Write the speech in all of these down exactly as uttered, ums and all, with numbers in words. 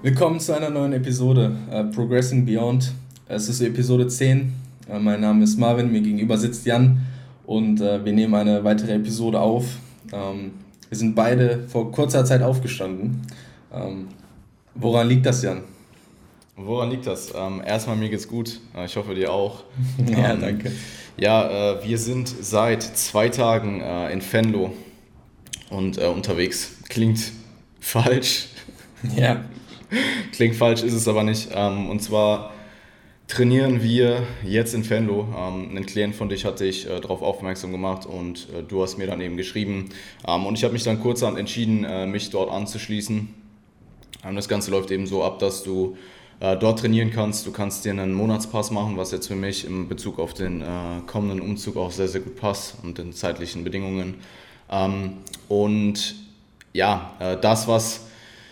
Willkommen zu einer neuen Episode, äh, Progressing Beyond. Es ist Episode zehn. Äh, mein Name ist Marvin, mir gegenüber sitzt Jan und äh, wir nehmen eine weitere Episode auf. Ähm, wir sind beide vor kurzer Zeit aufgestanden. Ähm, woran liegt das, Jan? Woran liegt das? Ähm, erstmal, mir geht's gut. Äh, Ich hoffe, dir auch. Ja, Ähm, danke. ja, äh, wir sind seit zwei Tagen äh, in Venlo und äh, unterwegs. Klingt falsch. Ja, Klingt falsch, ist es aber nicht. Ähm, und zwar trainieren wir jetzt in Venlo. Ähm, einen Klient von dich hatte ich äh, darauf aufmerksam gemacht und äh, du hast mir dann eben geschrieben. Ähm, und ich habe mich dann kurzerhand entschieden, äh, mich dort anzuschließen. Ähm, Das Ganze läuft eben so ab, dass du äh, dort trainieren kannst. Du kannst dir einen Monatspass machen, was jetzt für mich in Bezug auf den äh, kommenden Umzug auch sehr, sehr gut passt und den zeitlichen Bedingungen. Ähm, und ja, äh, das, was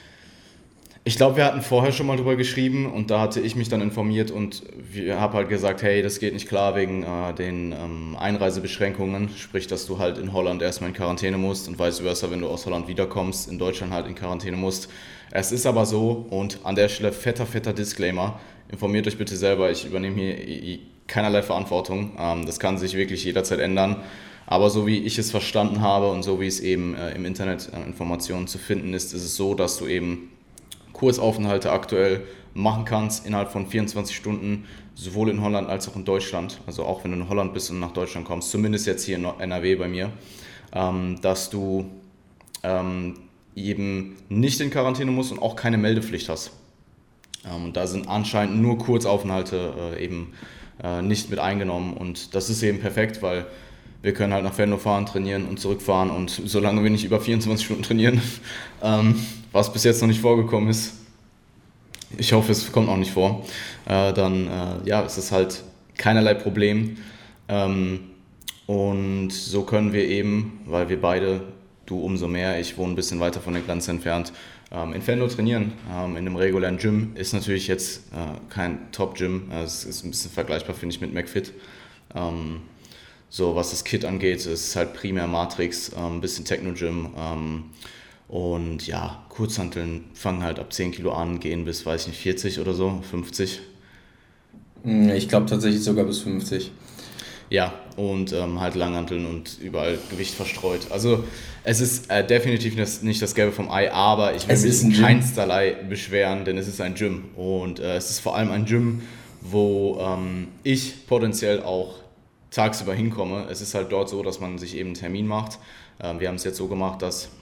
ich glaube, wir hatten vorher schon mal drüber geschrieben und da hatte ich mich dann informiert und wir habe halt gesagt, hey, das geht nicht klar wegen äh, den ähm, Einreisebeschränkungen, sprich, dass du halt in Holland erstmal in Quarantäne musst und vice versa, wenn du aus Holland wiederkommst, in Deutschland halt in Quarantäne musst. Es ist aber so und an der Stelle fetter, fetter Disclaimer, informiert euch bitte selber, ich übernehme hier i- i- keinerlei Verantwortung, ähm, das kann sich wirklich jederzeit ändern. Aber so wie ich es verstanden habe und so wie es eben äh, im Internet äh, Informationen zu finden ist, ist es so, dass du eben Kursaufenthalte aktuell machen kannst innerhalb von vierundzwanzig Stunden, sowohl in Holland als auch in Deutschland. Also auch wenn du in Holland bist und nach Deutschland kommst, zumindest jetzt hier in N R W bei mir, ähm, dass du ähm, eben nicht in Quarantäne musst und auch keine Meldepflicht hast. Ähm, und da sind anscheinend nur Kurzaufenthalte äh, eben äh, nicht mit eingenommen und das ist eben perfekt, weil wir können halt nach Venlo fahren, trainieren und zurückfahren und solange wir nicht über vierundzwanzig Stunden trainieren, ähm, was bis jetzt noch nicht vorgekommen ist, ich hoffe, es kommt auch nicht vor, äh, dann äh, ja, ist es halt keinerlei Problem. Ähm, und so können wir eben, weil wir beide, du umso mehr, ich wohne ein bisschen weiter von der Grenze entfernt, ähm, in Venlo trainieren. Ähm, in einem regulären Gym ist natürlich jetzt äh, kein Top-Gym, äh, es ist ein bisschen vergleichbar, finde ich, mit McFit. Ähm, so, was das Kit angeht, ist es halt primär Matrix, ähm, ein bisschen Techno-Gym. Ähm, und ja, Kurzhanteln fangen halt ab zehn Kilo an, gehen bis, weiß ich nicht, vierzig oder so, fünfzig. Mm, ich glaube tatsächlich sogar bis fünfzig. Ja, und ähm, halt Langhanteln und überall Gewicht verstreut. Also es ist äh, definitiv das, nicht das Gelbe vom Ei, aber ich will Es mich ist in ein Gym. keinsterlei beschweren, denn es ist ein Gym. Und äh, es ist vor allem ein Gym, wo ähm, ich potenziell auch tagsüber hinkomme. Es ist halt dort so, dass man sich eben einen Termin macht. Ähm, wir haben es jetzt so gemacht, dass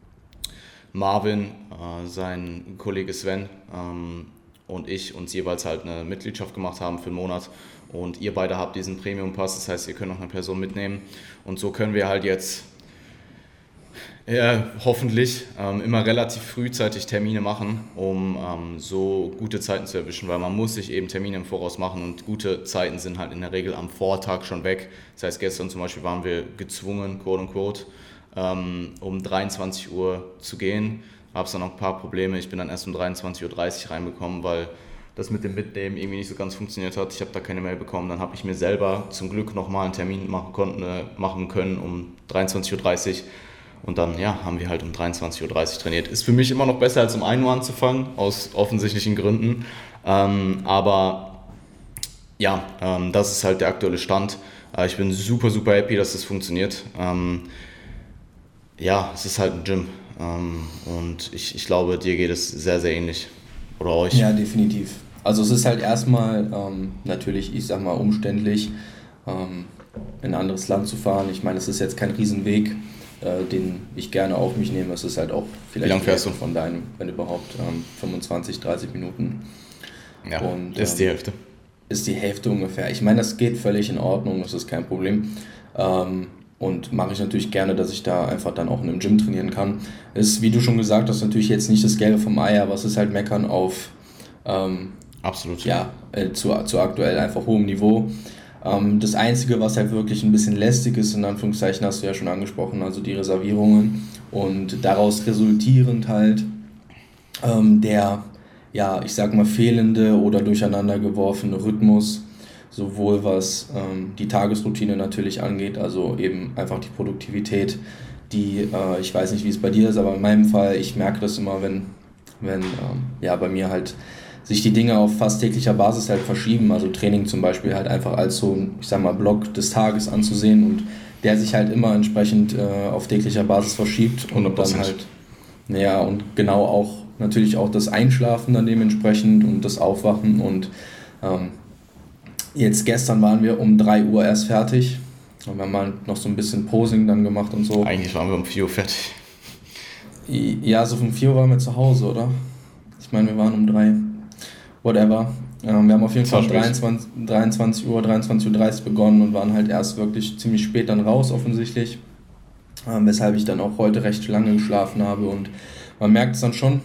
Marvin, äh, sein Kollege Sven ähm, und ich uns jeweils halt eine Mitgliedschaft gemacht haben für einen Monat und ihr beide habt diesen Premium-Pass, das heißt, ihr könnt noch eine Person mitnehmen und so können wir halt jetzt ja, hoffentlich ähm, immer relativ frühzeitig Termine machen, um ähm, so gute Zeiten zu erwischen, weil man muss sich eben Termine im Voraus machen und gute Zeiten sind halt in der Regel am Vortag schon weg. Das heißt, gestern zum Beispiel waren wir gezwungen, quote unquote, ähm, um dreiundzwanzig Uhr zu gehen. Gab es dann noch ein paar Probleme. Ich bin dann erst um dreiundzwanzig Uhr dreißig reinbekommen, weil das mit dem Mitnehmen irgendwie nicht so ganz funktioniert hat. Ich habe da keine Mail bekommen. Dann habe ich mir selber zum Glück nochmal einen Termin machen, konnten, äh, machen können um dreiundzwanzig Uhr dreißig. Und dann ja, haben wir halt um dreiundzwanzig Uhr dreißig trainiert. Ist für mich immer noch besser als um ein Uhr anzufangen, aus offensichtlichen Gründen. Ähm, aber ja, ähm, das ist halt der aktuelle Stand. Äh, ich bin super, super happy, dass das funktioniert. Ähm, ja, es ist halt ein Gym. Ähm, und ich, ich glaube, dir geht es sehr, sehr ähnlich. Oder euch. Ja, definitiv. Also es ist halt erstmal ähm, natürlich, ich sag mal, umständlich, ähm, in ein anderes Land zu fahren. Ich meine, es ist jetzt kein Riesenweg, äh, den ich gerne auf mich nehme. Es ist halt auch Wie vielleicht lang die fährst Hälfte du? von deinem, wenn überhaupt, ähm, fünfundzwanzig, dreißig Minuten. Ja, Und ist die ähm, Hälfte. ist die Hälfte ungefähr. Ich meine, das geht völlig in Ordnung, das ist kein Problem. Ähm, und mache ich natürlich gerne, dass ich da einfach dann auch in einem Gym trainieren kann. Ist, wie du schon gesagt hast, natürlich jetzt nicht das Gelbe vom Ei, aber es ist halt Meckern auf ähm, Absolut. ja, äh, zu, zu aktuell einfach hohem Niveau. Ähm, das Einzige, was halt wirklich ein bisschen lästig ist, in Anführungszeichen hast du ja schon angesprochen, also die Reservierungen und daraus resultierend halt ähm, der, ja, ich sag mal, fehlende oder durcheinander geworfene Rhythmus, sowohl was ähm, die Tagesroutine natürlich angeht, also eben einfach die Produktivität, die, äh, ich weiß nicht, wie es bei dir ist, aber in meinem Fall, ich merke das immer, wenn wenn ähm, ja, bei mir halt sich die Dinge auf fast täglicher Basis halt verschieben. Also Training zum Beispiel halt einfach als so, ich sag mal, Block des Tages anzusehen und der sich halt immer entsprechend äh, auf täglicher Basis verschiebt und hundert Prozent. dann halt, ja, und genau auch natürlich auch das Einschlafen dann dementsprechend und das Aufwachen und ähm, jetzt gestern waren wir um drei Uhr erst fertig. Und wir haben halt noch so ein bisschen Posing dann gemacht und so. Eigentlich waren wir um vier Uhr fertig. Ja, so um vier Uhr waren wir zu Hause, oder? Ich meine, wir waren um drei. Whatever. Ähm, wir haben auf jeden Fall um dreiundzwanzig, dreiundzwanzig Uhr, dreiundzwanzig Uhr dreißig begonnen und waren halt erst wirklich ziemlich spät dann raus offensichtlich. Ähm, weshalb ich dann auch heute recht lange geschlafen habe und man merkt es dann schon.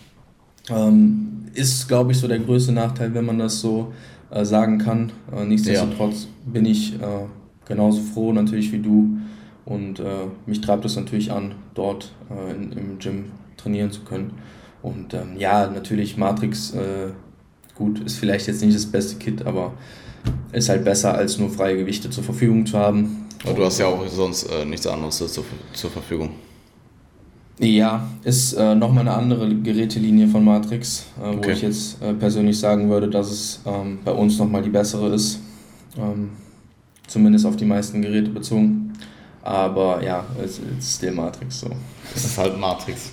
Ähm, ist, glaube ich, so der größte Nachteil, wenn man das so äh, sagen kann. Äh, nichtsdestotrotz ja. bin ich äh, genauso froh natürlich wie du und äh, mich treibt es natürlich an, dort äh, in, im Gym trainieren zu können. Und ähm, ja, natürlich Matrix, äh, gut, ist vielleicht jetzt nicht das beste Kit, aber ist halt besser, als nur freie Gewichte zur Verfügung zu haben. Aber du hast ja auch sonst äh, nichts anderes zur, zur Verfügung. Ja, ist äh, nochmal eine andere Gerätelinie von Matrix, äh, wo okay. ich jetzt äh, persönlich sagen würde, dass es ähm, bei uns nochmal die bessere ist. Ähm, zumindest auf die meisten Geräte bezogen. Aber ja, es ist still Matrix so. Es ist halt Matrix.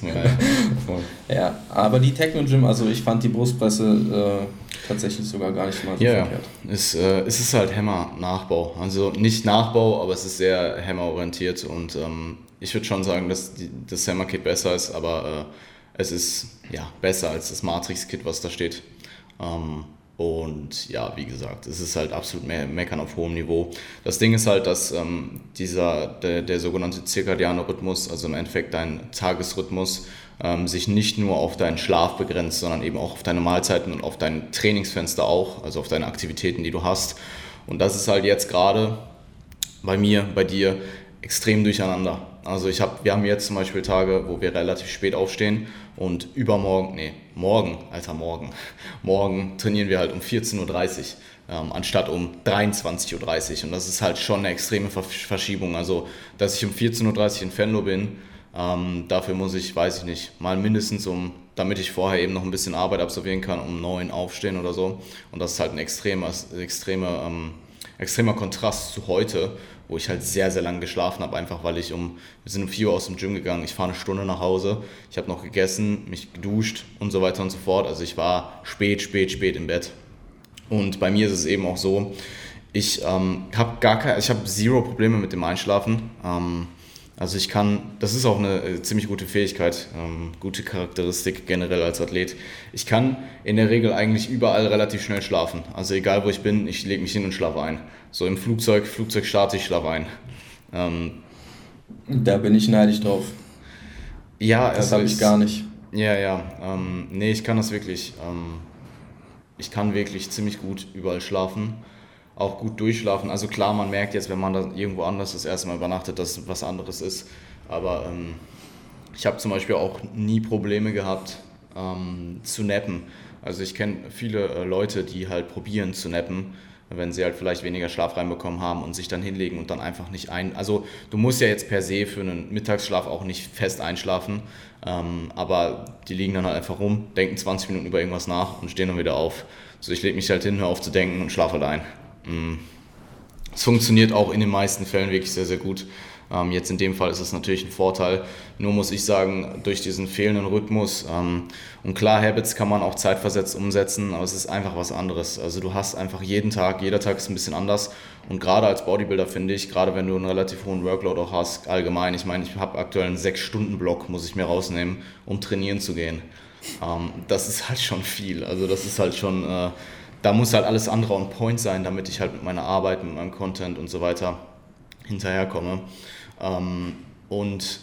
Ja, ja, aber die Techno Gym, also ich fand die Brustpresse äh, tatsächlich sogar gar nicht mal so ja, verkehrt. Ja, es, äh, es ist halt Hammer-Nachbau. Also nicht Nachbau, aber es ist sehr Hammer-orientiert und ähm, ich würde schon sagen, dass die, das Hammer-Kit besser ist, aber äh, es ist ja besser als das Matrix-Kit, was da steht. Ähm, Und ja, wie gesagt, es ist halt absolut me- meckern auf hohem Niveau. Das Ding ist halt, dass ähm, dieser, der, der sogenannte zirkadiane Rhythmus, also im Endeffekt dein Tagesrhythmus, ähm, sich nicht nur auf deinen Schlaf begrenzt, sondern eben auch auf deine Mahlzeiten und auf dein Trainingsfenster auch, also auf deine Aktivitäten, die du hast. Und das ist halt jetzt gerade bei mir, bei dir extrem durcheinander. Also ich hab, wir haben jetzt zum Beispiel Tage, wo wir relativ spät aufstehen und übermorgen, nee, morgen, alter morgen, morgen trainieren wir halt um vierzehn Uhr dreißig, ähm, anstatt um dreiundzwanzig Uhr dreißig und das ist halt schon eine extreme Verschiebung. Also, dass ich um vierzehn Uhr dreißig in Venlo bin, ähm, dafür muss ich, weiß ich nicht, mal mindestens um, damit ich vorher eben noch ein bisschen Arbeit absolvieren kann, um neun aufstehen oder so und das ist halt ein extremer, extremer, ähm, extremer Kontrast zu heute, wo ich halt sehr, sehr lange geschlafen habe, einfach weil ich um, wir sind um vier Uhr aus dem Gym gegangen, ich fahre eine Stunde nach Hause, ich habe noch gegessen, mich geduscht und so weiter und so fort, also ich war spät, spät, spät im Bett und bei mir ist es eben auch so, ich ähm, habe gar keine, ich habe zero Probleme mit dem Einschlafen, ähm, also ich kann, das ist auch eine äh, ziemlich gute Fähigkeit, ähm, gute Charakteristik generell als Athlet. Ich kann in der Regel eigentlich überall relativ schnell schlafen. Also egal wo ich bin, ich lege mich hin und schlafe ein. So im Flugzeug, Flugzeug starte ich, schlafe ein. Ähm, da bin ich neidisch drauf. Ja, das also habe ich gar nicht. Ja, ja. Ähm, nee, ich kann das wirklich. Ähm, ich kann wirklich ziemlich gut überall schlafen. Auch gut durchschlafen. Also klar, man merkt jetzt, wenn man da irgendwo anders das erste Mal übernachtet, dass es was anderes ist. Aber ähm, ich habe zum Beispiel auch nie Probleme gehabt ähm, zu nappen. Also ich kenne viele äh, Leute, die halt probieren zu nappen, wenn sie halt vielleicht weniger Schlaf reinbekommen haben und sich dann hinlegen und dann einfach nicht ein... Also du musst ja jetzt per se für einen Mittagsschlaf auch nicht fest einschlafen, ähm, aber die liegen dann halt einfach rum, denken zwanzig Minuten über irgendwas nach und stehen dann wieder auf. Also ich lege mich halt hin, höre auf zu denken und schlafe halt ein. Es funktioniert auch in den meisten Fällen wirklich sehr, sehr gut. Ähm, jetzt in dem Fall ist es natürlich ein Vorteil. Nur muss ich sagen, durch diesen fehlenden Rhythmus, ähm, und klar, Habits kann man auch zeitversetzt umsetzen, aber es ist einfach was anderes. Also du hast einfach jeden Tag, jeder Tag ist ein bisschen anders. Und gerade als Bodybuilder finde ich, gerade wenn du einen relativ hohen Workload auch hast, allgemein, ich meine, ich habe aktuell einen sechs Stunden Block, muss ich mir rausnehmen, um trainieren zu gehen. Ähm, das ist halt schon viel. Also das ist halt schon... Äh, Da muss halt alles andere on point sein, damit ich halt mit meiner Arbeit, mit meinem Content und so weiter hinterherkomme. Ähm, und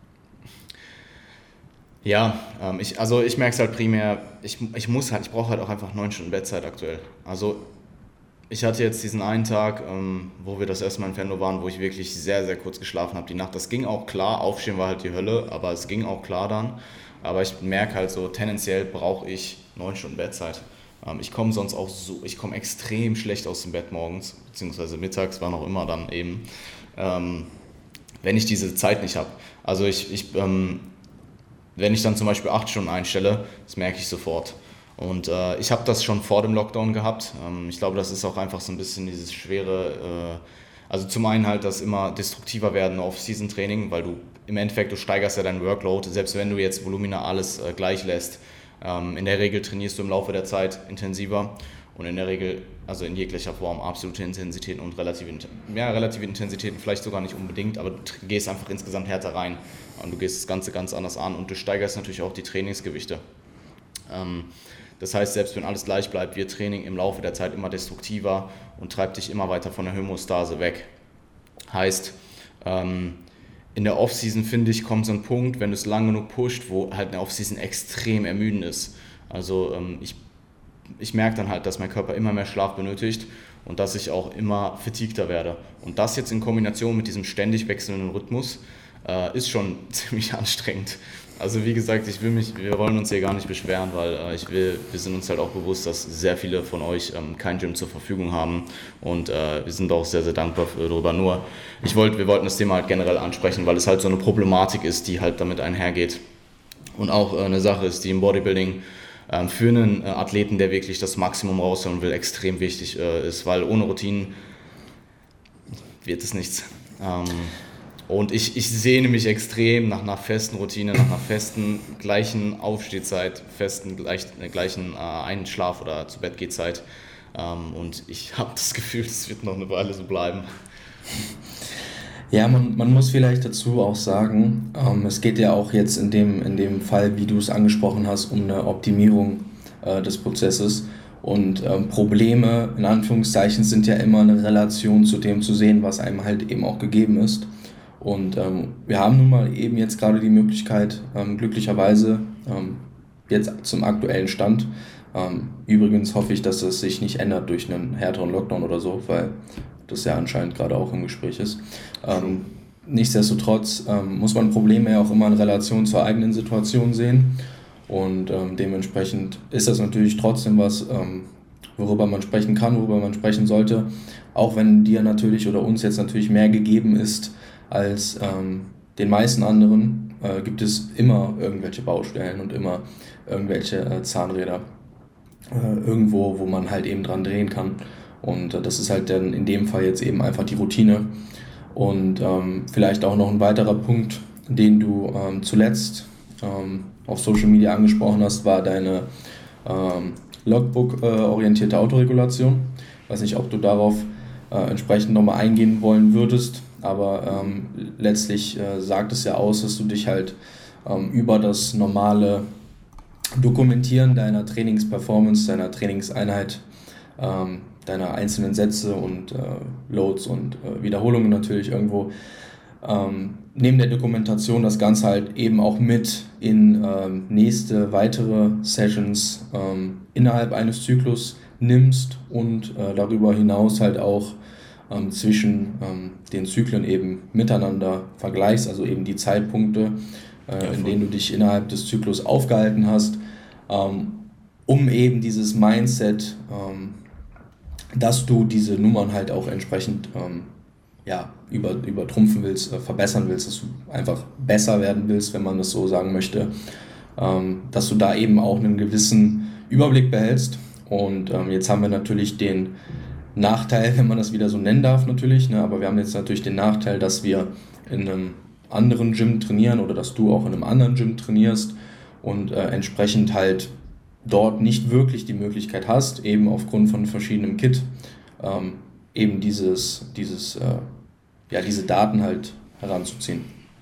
ja, ähm, ich, also ich merke es halt primär, ich, ich muss halt, ich brauche halt auch einfach neun Stunden Bettzeit aktuell. Also ich hatte jetzt diesen einen Tag, ähm, wo wir das erste Mal in Venlo waren, wo ich wirklich sehr, sehr kurz geschlafen habe die Nacht. Das ging auch klar, aufstehen war halt die Hölle, aber es ging auch klar dann. Aber ich merke halt so, tendenziell brauche ich neun Stunden Bettzeit. Ich komme sonst auch so, ich komme extrem schlecht aus dem Bett morgens, beziehungsweise mittags, wann auch immer dann eben, ähm, wenn ich diese Zeit nicht habe. Also ich, ich, ähm, wenn ich dann zum Beispiel acht Stunden einstelle, das merke ich sofort. Und äh, ich habe das schon vor dem Lockdown gehabt. Ähm, ich glaube, das ist auch einfach so ein bisschen dieses schwere, äh, also zum einen halt das immer destruktiver werden Off-Season-Training, weil du im Endeffekt, du steigerst ja deinen Workload, selbst wenn du jetzt Volumina alles äh, gleich lässt. Ähm, in der Regel trainierst du im Laufe der Zeit intensiver und in der Regel, also in jeglicher Form, absolute Intensitäten und relative, ja, relative Intensitäten vielleicht sogar nicht unbedingt, aber du gehst einfach insgesamt härter rein und du gehst das Ganze ganz anders an und du steigerst natürlich auch die Trainingsgewichte. Ähm, das heißt, selbst wenn alles gleich bleibt, wird Training im Laufe der Zeit immer destruktiver und treibt dich immer weiter von der Homöostase weg. Heißt, ähm, in der Off-Season, finde ich, kommt so ein Punkt, wenn du es lang genug pusht, wo halt eine Off-Season extrem ermüdend ist. Also ähm, ich, ich merke dann halt, dass mein Körper immer mehr Schlaf benötigt und dass ich auch immer fatigueder werde. Und das jetzt in Kombination mit diesem ständig wechselnden Rhythmus äh, ist schon ziemlich anstrengend. Also wie gesagt, ich will mich, wir wollen uns hier gar nicht beschweren, weil äh, ich will, wir sind uns halt auch bewusst, dass sehr viele von euch ähm, kein Gym zur Verfügung haben und äh, wir sind auch sehr, sehr dankbar darüber. Nur, ich wollte, wir wollten das Thema halt generell ansprechen, weil es halt so eine Problematik ist, die halt damit einhergeht und auch äh, eine Sache ist, die im Bodybuilding äh, für einen äh, Athleten, der wirklich das Maximum rausholen will, extrem wichtig äh, ist, weil ohne Routinen wird es nichts. Ähm, Und ich, ich sehne mich extrem nach einer festen Routine, nach einer festen gleichen Aufstehzeit, festen gleich, gleichen äh, Einschlaf- oder Zu-Bett-Geh-Zeit. Ähm, und ich habe das Gefühl, es wird noch eine Weile so bleiben. Ja, man, man muss vielleicht dazu auch sagen, ähm, es geht ja auch jetzt in dem, in dem Fall, wie du es angesprochen hast, um eine Optimierung äh, des Prozesses. Und ähm, Probleme, in Anführungszeichen, sind ja immer eine Relation zu dem zu sehen, was einem halt eben auch gegeben ist. Und ähm, wir haben nun mal eben jetzt gerade die Möglichkeit, ähm, glücklicherweise, ähm, jetzt zum aktuellen Stand. Ähm, übrigens hoffe ich, dass es sich nicht ändert durch einen härteren Lockdown oder so, weil das ja anscheinend gerade auch im Gespräch ist. Ähm, nichtsdestotrotz ähm, muss man Probleme ja auch immer in Relation zur eigenen Situation sehen. Und ähm, dementsprechend ist das natürlich trotzdem was, ähm, worüber man sprechen kann, worüber man sprechen sollte. Auch wenn dir natürlich oder uns jetzt natürlich mehr gegeben ist, als ähm, den meisten anderen, äh, gibt es immer irgendwelche Baustellen und immer irgendwelche äh, Zahnräder äh, irgendwo, wo man halt eben dran drehen kann. Und äh, das ist halt dann in dem Fall jetzt eben einfach die Routine. Und ähm, vielleicht auch noch ein weiterer Punkt, den du ähm, zuletzt ähm, auf Social Media angesprochen hast, war deine ähm, Logbook-orientierte äh, Autoregulation. Ich weiß nicht, ob du darauf äh, entsprechend nochmal eingehen wollen würdest. Aber ähm, letztlich äh, sagt es ja aus, dass du dich halt ähm, über das normale Dokumentieren deiner Trainingsperformance, deiner Trainingseinheit, ähm, deiner einzelnen Sätze und äh, Loads und äh, Wiederholungen natürlich irgendwo ähm, neben der Dokumentation das Ganze halt eben auch mit in ähm, nächste weitere Sessions ähm, innerhalb eines Zyklus nimmst und äh, darüber hinaus halt auch Ähm, zwischen ähm, den Zyklen eben miteinander vergleichst, also eben die Zeitpunkte, äh, ja, in denen du dich innerhalb des Zyklus aufgehalten hast, ähm, um eben dieses Mindset, ähm, dass du diese Nummern halt auch entsprechend ähm, ja, über, übertrumpfen willst, äh, verbessern willst, dass du einfach besser werden willst, wenn man das so sagen möchte, ähm, dass du da eben auch einen gewissen Überblick behältst. Und ähm, jetzt haben wir natürlich den Nachteil, wenn man das wieder so nennen darf natürlich, ne? Aber wir haben jetzt natürlich den Nachteil, dass wir in einem anderen Gym trainieren oder dass du auch in einem anderen Gym trainierst und äh, entsprechend halt dort nicht wirklich die Möglichkeit hast, eben aufgrund von verschiedenem Kit, ähm, eben dieses, dieses, äh, ja, diese Daten halt heranzuziehen.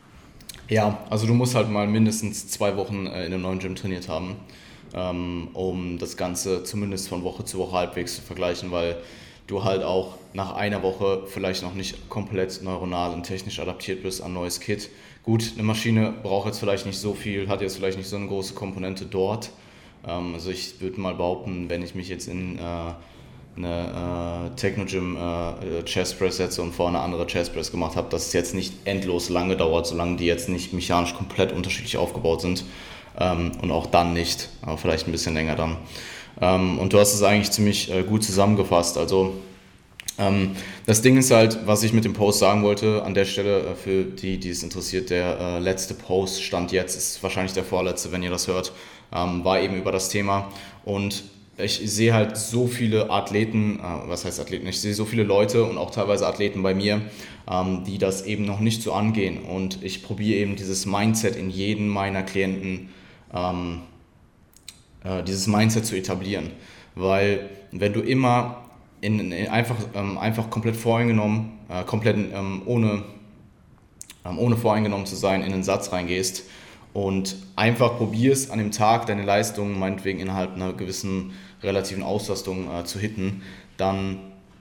Ja, also du musst halt mal mindestens zwei Wochen äh, in einem neuen Gym trainiert haben, ähm, um das Ganze zumindest von Woche zu Woche halbwegs zu vergleichen, weil du halt auch nach einer Woche vielleicht noch nicht komplett neuronal und technisch adaptiert bist an neues Kit. Gut, eine Maschine braucht jetzt vielleicht nicht so viel, hat jetzt vielleicht nicht so eine große Komponente dort. Ähm, also ich würde mal behaupten, wenn ich mich jetzt in äh, eine äh, Technogym äh, Chest Press setze und vorher eine andere Chest Press gemacht habe, dass es jetzt nicht endlos lange dauert, solange die jetzt nicht mechanisch komplett unterschiedlich aufgebaut sind. Ähm, und auch dann nicht, aber vielleicht ein bisschen länger dann. Ähm, und du hast es eigentlich ziemlich äh, gut zusammengefasst. Also Ähm, das Ding ist halt, was ich mit dem Post sagen wollte, an der Stelle, äh, für die, die es interessiert, der äh, letzte Post stand jetzt, ist wahrscheinlich der vorletzte, wenn ihr das hört, ähm, war eben über das Thema. Und ich sehe halt so viele Athleten, äh, was heißt Athleten, ich sehe so viele Leute und auch teilweise Athleten bei mir, ähm, die das eben noch nicht so angehen. Und ich probiere eben dieses Mindset in jedem meiner Klienten, ähm, äh, dieses Mindset zu etablieren. Weil wenn du immer in, in einfach, ähm, einfach komplett voreingenommen, äh, komplett ähm, ohne, ähm, ohne voreingenommen zu sein, in den Satz reingehst und einfach probierst, an dem Tag deine Leistungen meinetwegen innerhalb einer gewissen relativen Auslastung äh, zu hitten, dann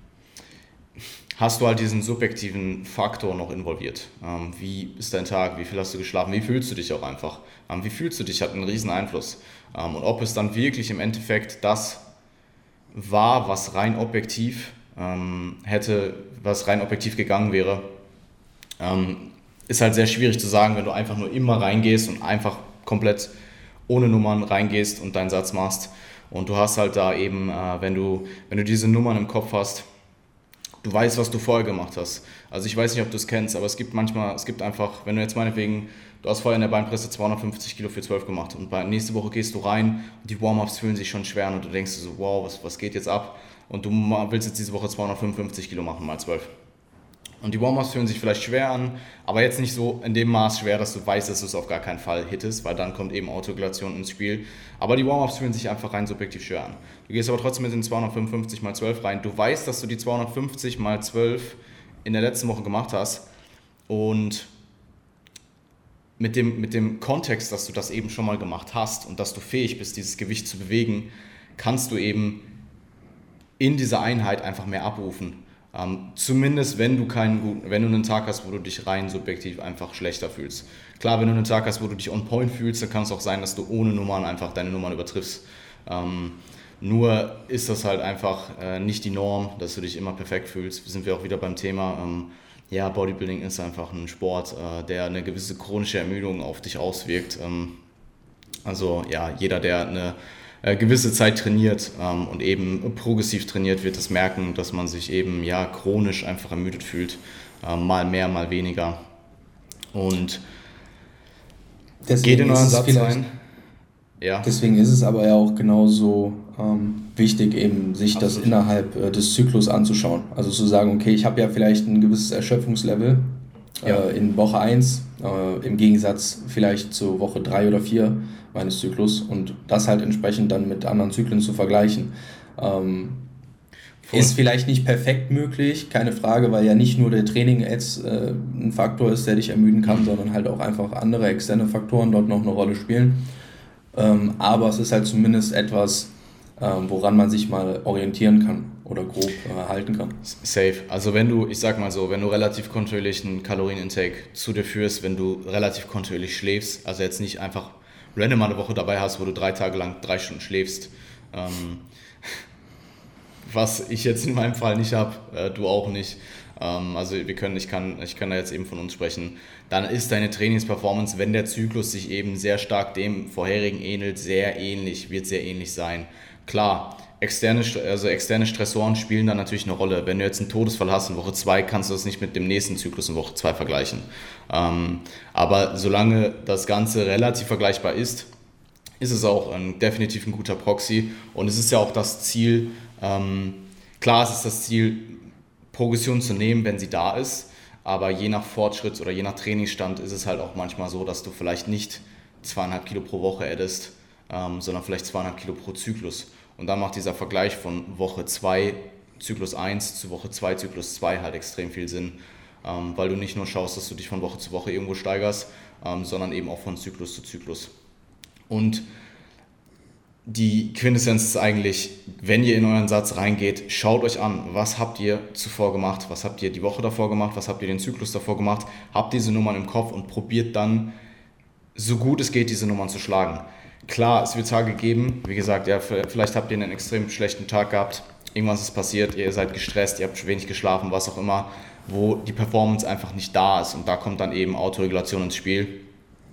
hast du halt diesen subjektiven Faktor noch involviert. Ähm, wie ist dein Tag? Wie viel hast du geschlafen? Wie fühlst du dich auch einfach? Ähm, wie fühlst du dich? Hat einen riesen Einfluss. Ähm, und ob es dann wirklich im Endeffekt das war, was rein objektiv ähm, hätte, was rein objektiv gegangen wäre, ähm, ist halt sehr schwierig zu sagen, wenn du einfach nur immer reingehst und einfach komplett ohne Nummern reingehst und deinen Satz machst. Und du hast halt da eben, äh, wenn du, wenn du diese Nummern im Kopf hast, du weißt, was du vorher gemacht hast. Also ich weiß nicht, ob du es kennst, aber es gibt manchmal, es gibt einfach, wenn du jetzt meinetwegen, du hast vorher in der Beinpresse zweihundertfünfzig Kilo für zwölf gemacht und bei, nächste Woche gehst du rein und die Warm-Ups fühlen sich schon schwer an und du denkst so, wow, was, was geht jetzt ab? Und du willst jetzt diese Woche zweihundertfünfundfünfzig Kilo machen mal zwölf. Und die Warm-Ups fühlen sich vielleicht schwer an, aber jetzt nicht so in dem Maß schwer, dass du weißt, dass du es auf gar keinen Fall hittest, weil dann kommt eben Autoregulation ins Spiel. Aber die Warm-Ups fühlen sich einfach rein subjektiv schwer an. Du gehst aber trotzdem mit den zweihundertfünfundfünfzig mal zwölf rein. Du weißt, dass du die zweihundertfünfzig mal zwölf in der letzten Woche gemacht hast. Und mit dem, mit dem Kontext, dass du das eben schon mal gemacht hast und dass du fähig bist, dieses Gewicht zu bewegen, kannst du eben in dieser Einheit einfach mehr abrufen. Ähm, zumindest wenn du keinen guten, wenn du einen Tag hast, wo du dich rein subjektiv einfach schlechter fühlst. Klar, wenn du einen Tag hast, wo du dich on point fühlst, dann kann es auch sein, dass du ohne Nummern einfach deine Nummern übertriffst. Ähm, nur ist das halt einfach äh, nicht die Norm, dass du dich immer perfekt fühlst. Sind wir auch wieder beim Thema, ähm, ja, Bodybuilding ist einfach ein Sport, äh, der eine gewisse chronische Ermüdung auf dich auswirkt. Ähm, also ja, jeder, der eine gewisse Zeit trainiert ähm, und eben progressiv trainiert, wird es merken, dass man sich eben ja chronisch einfach ermüdet fühlt, ähm, mal mehr, mal weniger. Und deswegen geht in euren Satz rein. Ja. Deswegen ist es aber ja auch genauso ähm, wichtig, eben sich Absolut. das innerhalb äh, des Zyklus anzuschauen. Also zu sagen, okay, ich habe ja vielleicht ein gewisses Erschöpfungslevel ja. äh, in Woche eins, äh, im Gegensatz vielleicht zu Woche drei oder vier meines Zyklus und das halt entsprechend dann mit anderen Zyklen zu vergleichen. Ähm, ist vielleicht nicht perfekt möglich, keine Frage, weil ja nicht nur der Training jetzt äh, ein Faktor ist, der dich ermüden kann, sondern halt auch einfach andere externe Faktoren dort noch eine Rolle spielen. Ähm, aber es ist halt zumindest etwas, ähm, woran man sich mal orientieren kann oder grob äh, halten kann. Safe. Also wenn du, ich sag mal so, wenn du relativ kontinuierlichen Kalorienintake zu dir führst, wenn du relativ kontinuierlich schläfst, also jetzt nicht einfach random mal eine Woche dabei hast, wo du drei Tage lang drei Stunden schläfst, ähm, was ich jetzt in meinem Fall nicht habe, äh, du auch nicht, ähm, also wir können, ich kann, ich kann da jetzt eben von uns sprechen, dann ist deine Trainingsperformance, wenn der Zyklus sich eben sehr stark dem vorherigen ähnelt, sehr ähnlich, wird sehr ähnlich sein. Klar, externe, also externe Stressoren spielen da natürlich eine Rolle. Wenn du jetzt einen Todesfall hast in Woche zwei, kannst du das nicht mit dem nächsten Zyklus in Woche zwei vergleichen. Ähm, aber solange das Ganze relativ vergleichbar ist, ist es auch ein, definitiv ein guter Proxy. Und es ist ja auch das Ziel, ähm, klar, es ist das Ziel, Progression zu nehmen, wenn sie da ist. Aber je nach Fortschritt oder je nach Trainingsstand ist es halt auch manchmal so, dass du vielleicht nicht zweieinhalb Kilo pro Woche addest, ähm, sondern vielleicht zweieinhalb Kilo pro Zyklus. Und dann macht dieser Vergleich von Woche zwei, Zyklus eins zu Woche zwei, Zyklus zwei halt extrem viel Sinn, ähm, weil du nicht nur schaust, dass du dich von Woche zu Woche irgendwo steigerst, ähm, sondern eben auch von Zyklus zu Zyklus. Und die Quintessenz ist eigentlich, wenn ihr in euren Satz reingeht, schaut euch an, was habt ihr zuvor gemacht, was habt ihr die Woche davor gemacht, was habt ihr den Zyklus davor gemacht, habt diese Nummern im Kopf und probiert dann, so gut es geht, diese Nummern zu schlagen. Klar, es wird Tage geben, wie gesagt, ja, vielleicht habt ihr einen extrem schlechten Tag gehabt, irgendwas ist passiert, ihr seid gestresst, ihr habt wenig geschlafen, was auch immer, wo die Performance einfach nicht da ist und da kommt dann eben Autoregulation ins Spiel,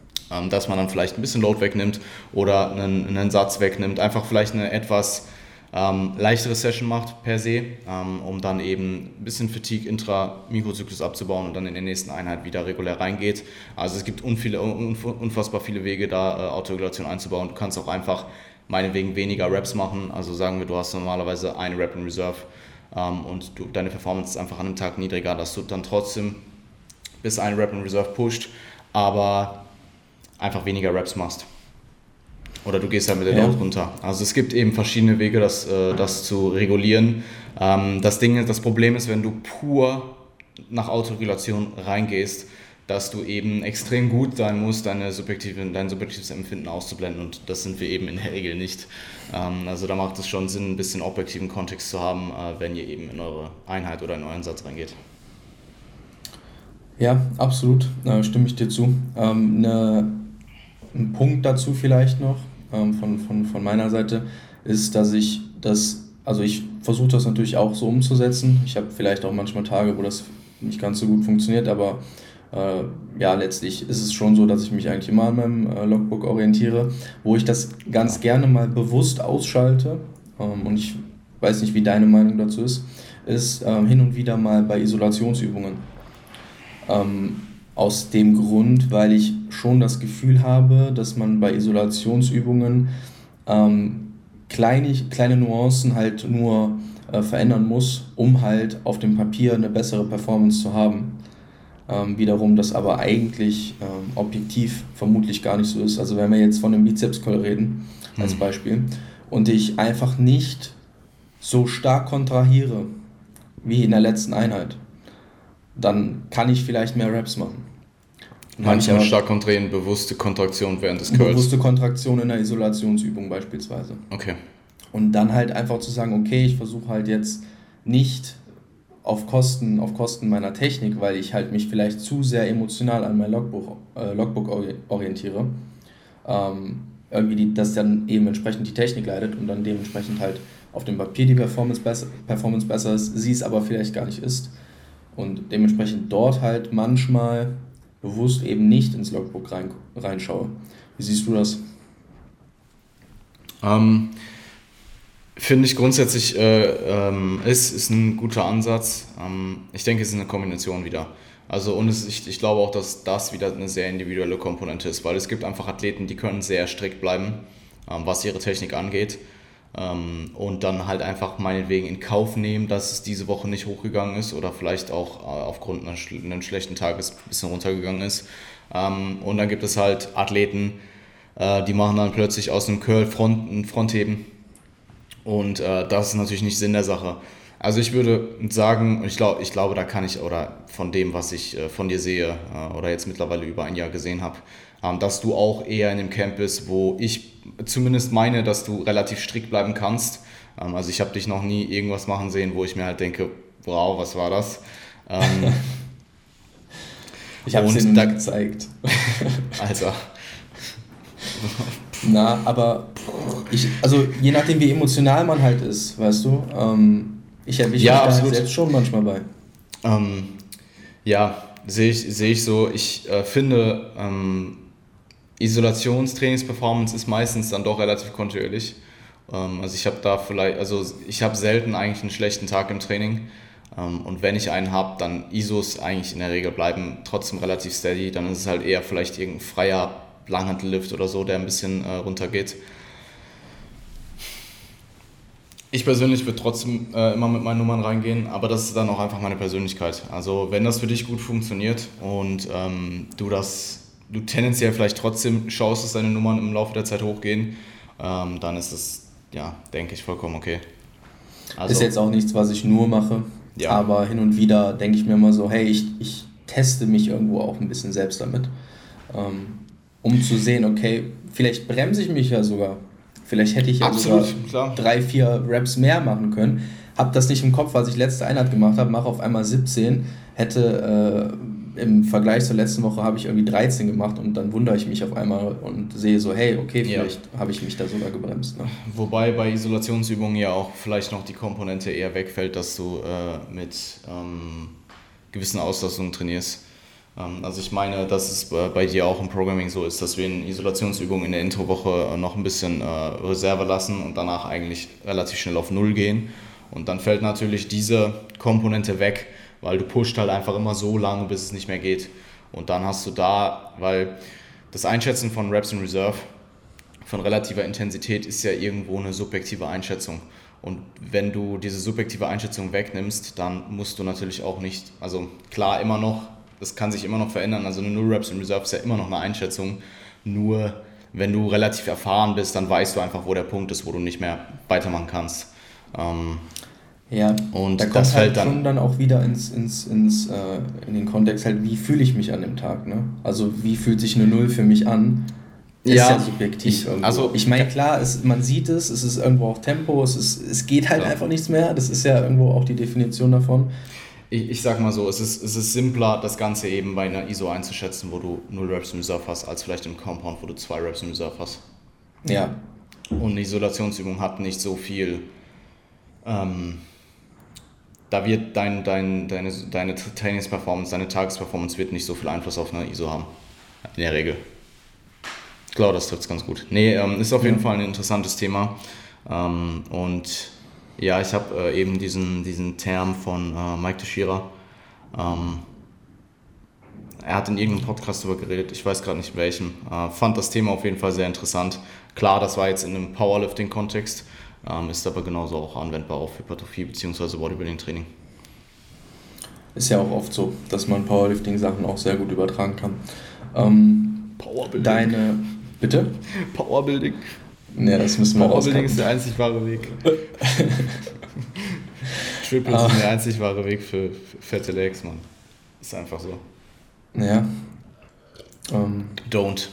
dass man dann vielleicht ein bisschen Load wegnimmt oder einen, einen Satz wegnimmt, einfach vielleicht eine etwas ähm, leichtere Session macht per se, ähm, um dann eben ein bisschen Fatigue intra-Mikrozyklus abzubauen und dann in der nächsten Einheit wieder regulär reingeht. Also es gibt unviele, unfassbar viele Wege, da äh, Autoregulation einzubauen. Du kannst auch einfach meinetwegen weniger Reps machen, also sagen wir, du hast normalerweise eine Rep in Reserve ähm, und du, deine Performance ist einfach an einem Tag niedriger, dass du dann trotzdem bis eine Rep in Reserve pusht, aber einfach weniger Reps machst. Oder du gehst halt mit der Load ja. runter. Also es gibt eben verschiedene Wege, das, äh, das zu regulieren. Ähm, das Ding, das Problem ist, wenn du pur nach Autoregulation reingehst, dass du eben extrem gut sein musst, deine subjektive, dein subjektives Empfinden auszublenden, und das sind wir eben in der Regel nicht. Ähm, also da macht es schon Sinn, ein bisschen objektiven Kontext zu haben, äh, wenn ihr eben in eure Einheit oder in euren Satz reingeht. Ja, absolut, da stimme ich dir zu. Ähm, ne, ein Punkt dazu vielleicht noch ähm, von, von, von meiner Seite ist, dass ich das, also ich versuche das natürlich auch so umzusetzen. Ich habe vielleicht auch manchmal Tage, wo das nicht ganz so gut funktioniert, aber äh, ja, letztlich ist es schon so, dass ich mich eigentlich immer an meinem äh, Logbook orientiere, wo ich das ganz gerne mal bewusst ausschalte, ähm, und ich weiß nicht, wie deine Meinung dazu ist, ist ähm, hin und wieder mal bei Isolationsübungen. Ähm, aus dem Grund, weil ich schon das Gefühl habe, dass man bei Isolationsübungen ähm, kleine, kleine Nuancen halt nur äh, verändern muss, um halt auf dem Papier eine bessere Performance zu haben. Ähm, wiederum das aber eigentlich ähm, objektiv vermutlich gar nicht so ist. Also wenn wir jetzt von einem Bizeps-Curl reden, als Beispiel, und ich einfach nicht so stark kontrahiere wie in der letzten Einheit, dann kann ich vielleicht mehr Reps machen. Manchmal stark kontrahieren, bewusste Kontraktion während des Curls. Bewusste Kontraktion in der Isolationsübung beispielsweise. Okay. Und dann halt einfach zu sagen, okay, ich versuche halt jetzt nicht auf Kosten, auf Kosten meiner Technik, weil ich halt mich vielleicht zu sehr emotional an mein Logbook, äh, Logbook orientiere, ähm, irgendwie die, dass dann eben entsprechend die Technik leidet und dann dementsprechend halt auf dem Papier die Performance besser, Performance besser ist, sie es aber vielleicht gar nicht ist. Und dementsprechend dort halt manchmal bewusst eben nicht ins Logbook rein, reinschaue. Wie siehst du das? Ähm, Finde ich grundsätzlich, äh, ähm, ist, ist ein guter Ansatz. Ähm, ich denke, es ist eine Kombination wieder. Also und es, ich, ich glaube auch, dass das wieder eine sehr individuelle Komponente ist, weil es gibt einfach Athleten, die können sehr strikt bleiben, ähm, was ihre Technik angeht. Ähm, und dann halt einfach meinetwegen in Kauf nehmen, dass es diese Woche nicht hochgegangen ist oder vielleicht auch äh, aufgrund eines, eines schlechten Tages ein bisschen runtergegangen ist. Ähm, und dann gibt es halt Athleten, äh, die machen dann plötzlich aus einem Curl Front, ein Frontheben, und äh, das ist natürlich nicht Sinn der Sache. Also ich würde sagen, und ich, glaub, ich glaube, da kann ich, oder von dem, was ich äh, von dir sehe äh, oder jetzt mittlerweile über ein Jahr gesehen habe, ähm, dass du auch eher in dem Camp bist, wo ich zumindest meine, dass du relativ strikt bleiben kannst. Ähm, also ich habe dich noch nie irgendwas machen sehen, wo ich mir halt denke, wow, was war das? Ähm, ich habe es dir da gezeigt. Alter. Na, aber ich, also je nachdem, wie emotional man halt ist, weißt du, ähm, ich erwische ja, mich da halt selbst schon manchmal bei. Ähm, ja, sehe ich, sehe ich so. Ich äh, finde, ähm, Isolationstrainingsperformance ist meistens dann doch relativ kontinuierlich. Ähm, also ich habe da vielleicht, also ich habe selten eigentlich einen schlechten Tag im Training. Ähm, und wenn ich einen habe, dann I S Os eigentlich in der Regel bleiben trotzdem relativ steady. Dann ist es halt eher vielleicht irgendein freier Langhantellift oder so, der ein bisschen äh, runtergeht. Ich persönlich würde trotzdem äh, immer mit meinen Nummern reingehen, aber das ist dann auch einfach meine Persönlichkeit. Also wenn das für dich gut funktioniert und ähm, du das, du tendenziell vielleicht trotzdem schaust, dass deine Nummern im Laufe der Zeit hochgehen, ähm, dann ist das, ja, denke ich, vollkommen okay. Also, ist jetzt auch nichts, was ich nur mache, ja. Aber hin und wieder denke ich mir immer so, hey, ich, ich teste mich irgendwo auch ein bisschen selbst damit, ähm, um zu sehen, okay, vielleicht bremse ich mich ja sogar. Vielleicht hätte ich ja Absolut, sogar klar. drei, vier Reps mehr machen können. Hab das nicht im Kopf, was ich letzte Einheit gemacht habe, mache auf einmal siebzehn. Hätte äh, im Vergleich zur letzten Woche habe ich irgendwie dreizehn gemacht und dann wundere ich mich auf einmal und sehe so, hey, okay, vielleicht ja. habe ich mich da sogar gebremst. Ne? Wobei bei Isolationsübungen ja auch vielleicht noch die Komponente eher wegfällt, dass du äh, mit ähm, gewissen Auslastungen trainierst. Ähm, also ich meine, dass es bei dir auch im Programming so ist, dass wir in Isolationsübungen in der Introwoche noch ein bisschen äh, Reserve lassen und danach eigentlich relativ schnell auf Null gehen. Und dann fällt natürlich diese Komponente weg, weil du pusht halt einfach immer so lange, bis es nicht mehr geht. Und dann hast du da, weil das Einschätzen von Reps in Reserve, von relativer Intensität, ist ja irgendwo eine subjektive Einschätzung. Und wenn du diese subjektive Einschätzung wegnimmst, dann musst du natürlich auch nicht, also klar immer noch, das kann sich immer noch verändern, also eine null Reps in Reserve ist ja immer noch eine Einschätzung, nur wenn du relativ erfahren bist, dann weißt du einfach, wo der Punkt ist, wo du nicht mehr weitermachen kannst. Ähm, ja, und da kommt das halt dann schon dann auch wieder ins, ins, ins, äh, in den Kontext halt, wie fühle ich mich an dem Tag, ne? Also wie fühlt sich eine Null für mich an? Ist ja, ja subjektiv ich, irgendwo. Also, ich meine, klar, es, man sieht es, es ist irgendwo auch Tempo, es, ist, es geht halt klar. einfach nichts mehr, das ist ja irgendwo auch die Definition davon. Ich, ich sag mal so, es ist, es ist simpler, das Ganze eben bei einer I S O einzuschätzen, wo du null Reps in Reserve hast, als vielleicht im Compound, wo du zwei Reps in Reserve hast. Ja. Und eine Isolationsübung hat nicht so viel, ähm, da wird dein, dein, deine, deine Trainingsperformance, deine Tagesperformance wird nicht so viel Einfluss auf eine I S O haben, in der Regel. Ich glaube, das trifft es ganz gut. Nee, ähm, ist auf jeden ja. Fall ein interessantes Thema. Ähm, und ja, ich habe äh, eben diesen, diesen Term von äh, Mike Teixeira. Ähm, er hat in irgendeinem Podcast darüber geredet, ich weiß gerade nicht welchem. Äh, fand das Thema auf jeden Fall sehr interessant. Klar, das war jetzt in einem Powerlifting-Kontext, ähm, ist aber genauso auch anwendbar auf Hypertrophie bzw. Bodybuilding-Training. Ist ja auch oft so, dass man Powerlifting-Sachen auch sehr gut übertragen kann. Ähm, Powerbuilding. Deine... Bitte? Powerbuilding. Ja, das müssen wir Powerbuilding ist der einzig wahre Weg. Triples ah. sind der einzig wahre Weg für fette Legs, Mann. Ist einfach so. Ja. Um, Don't.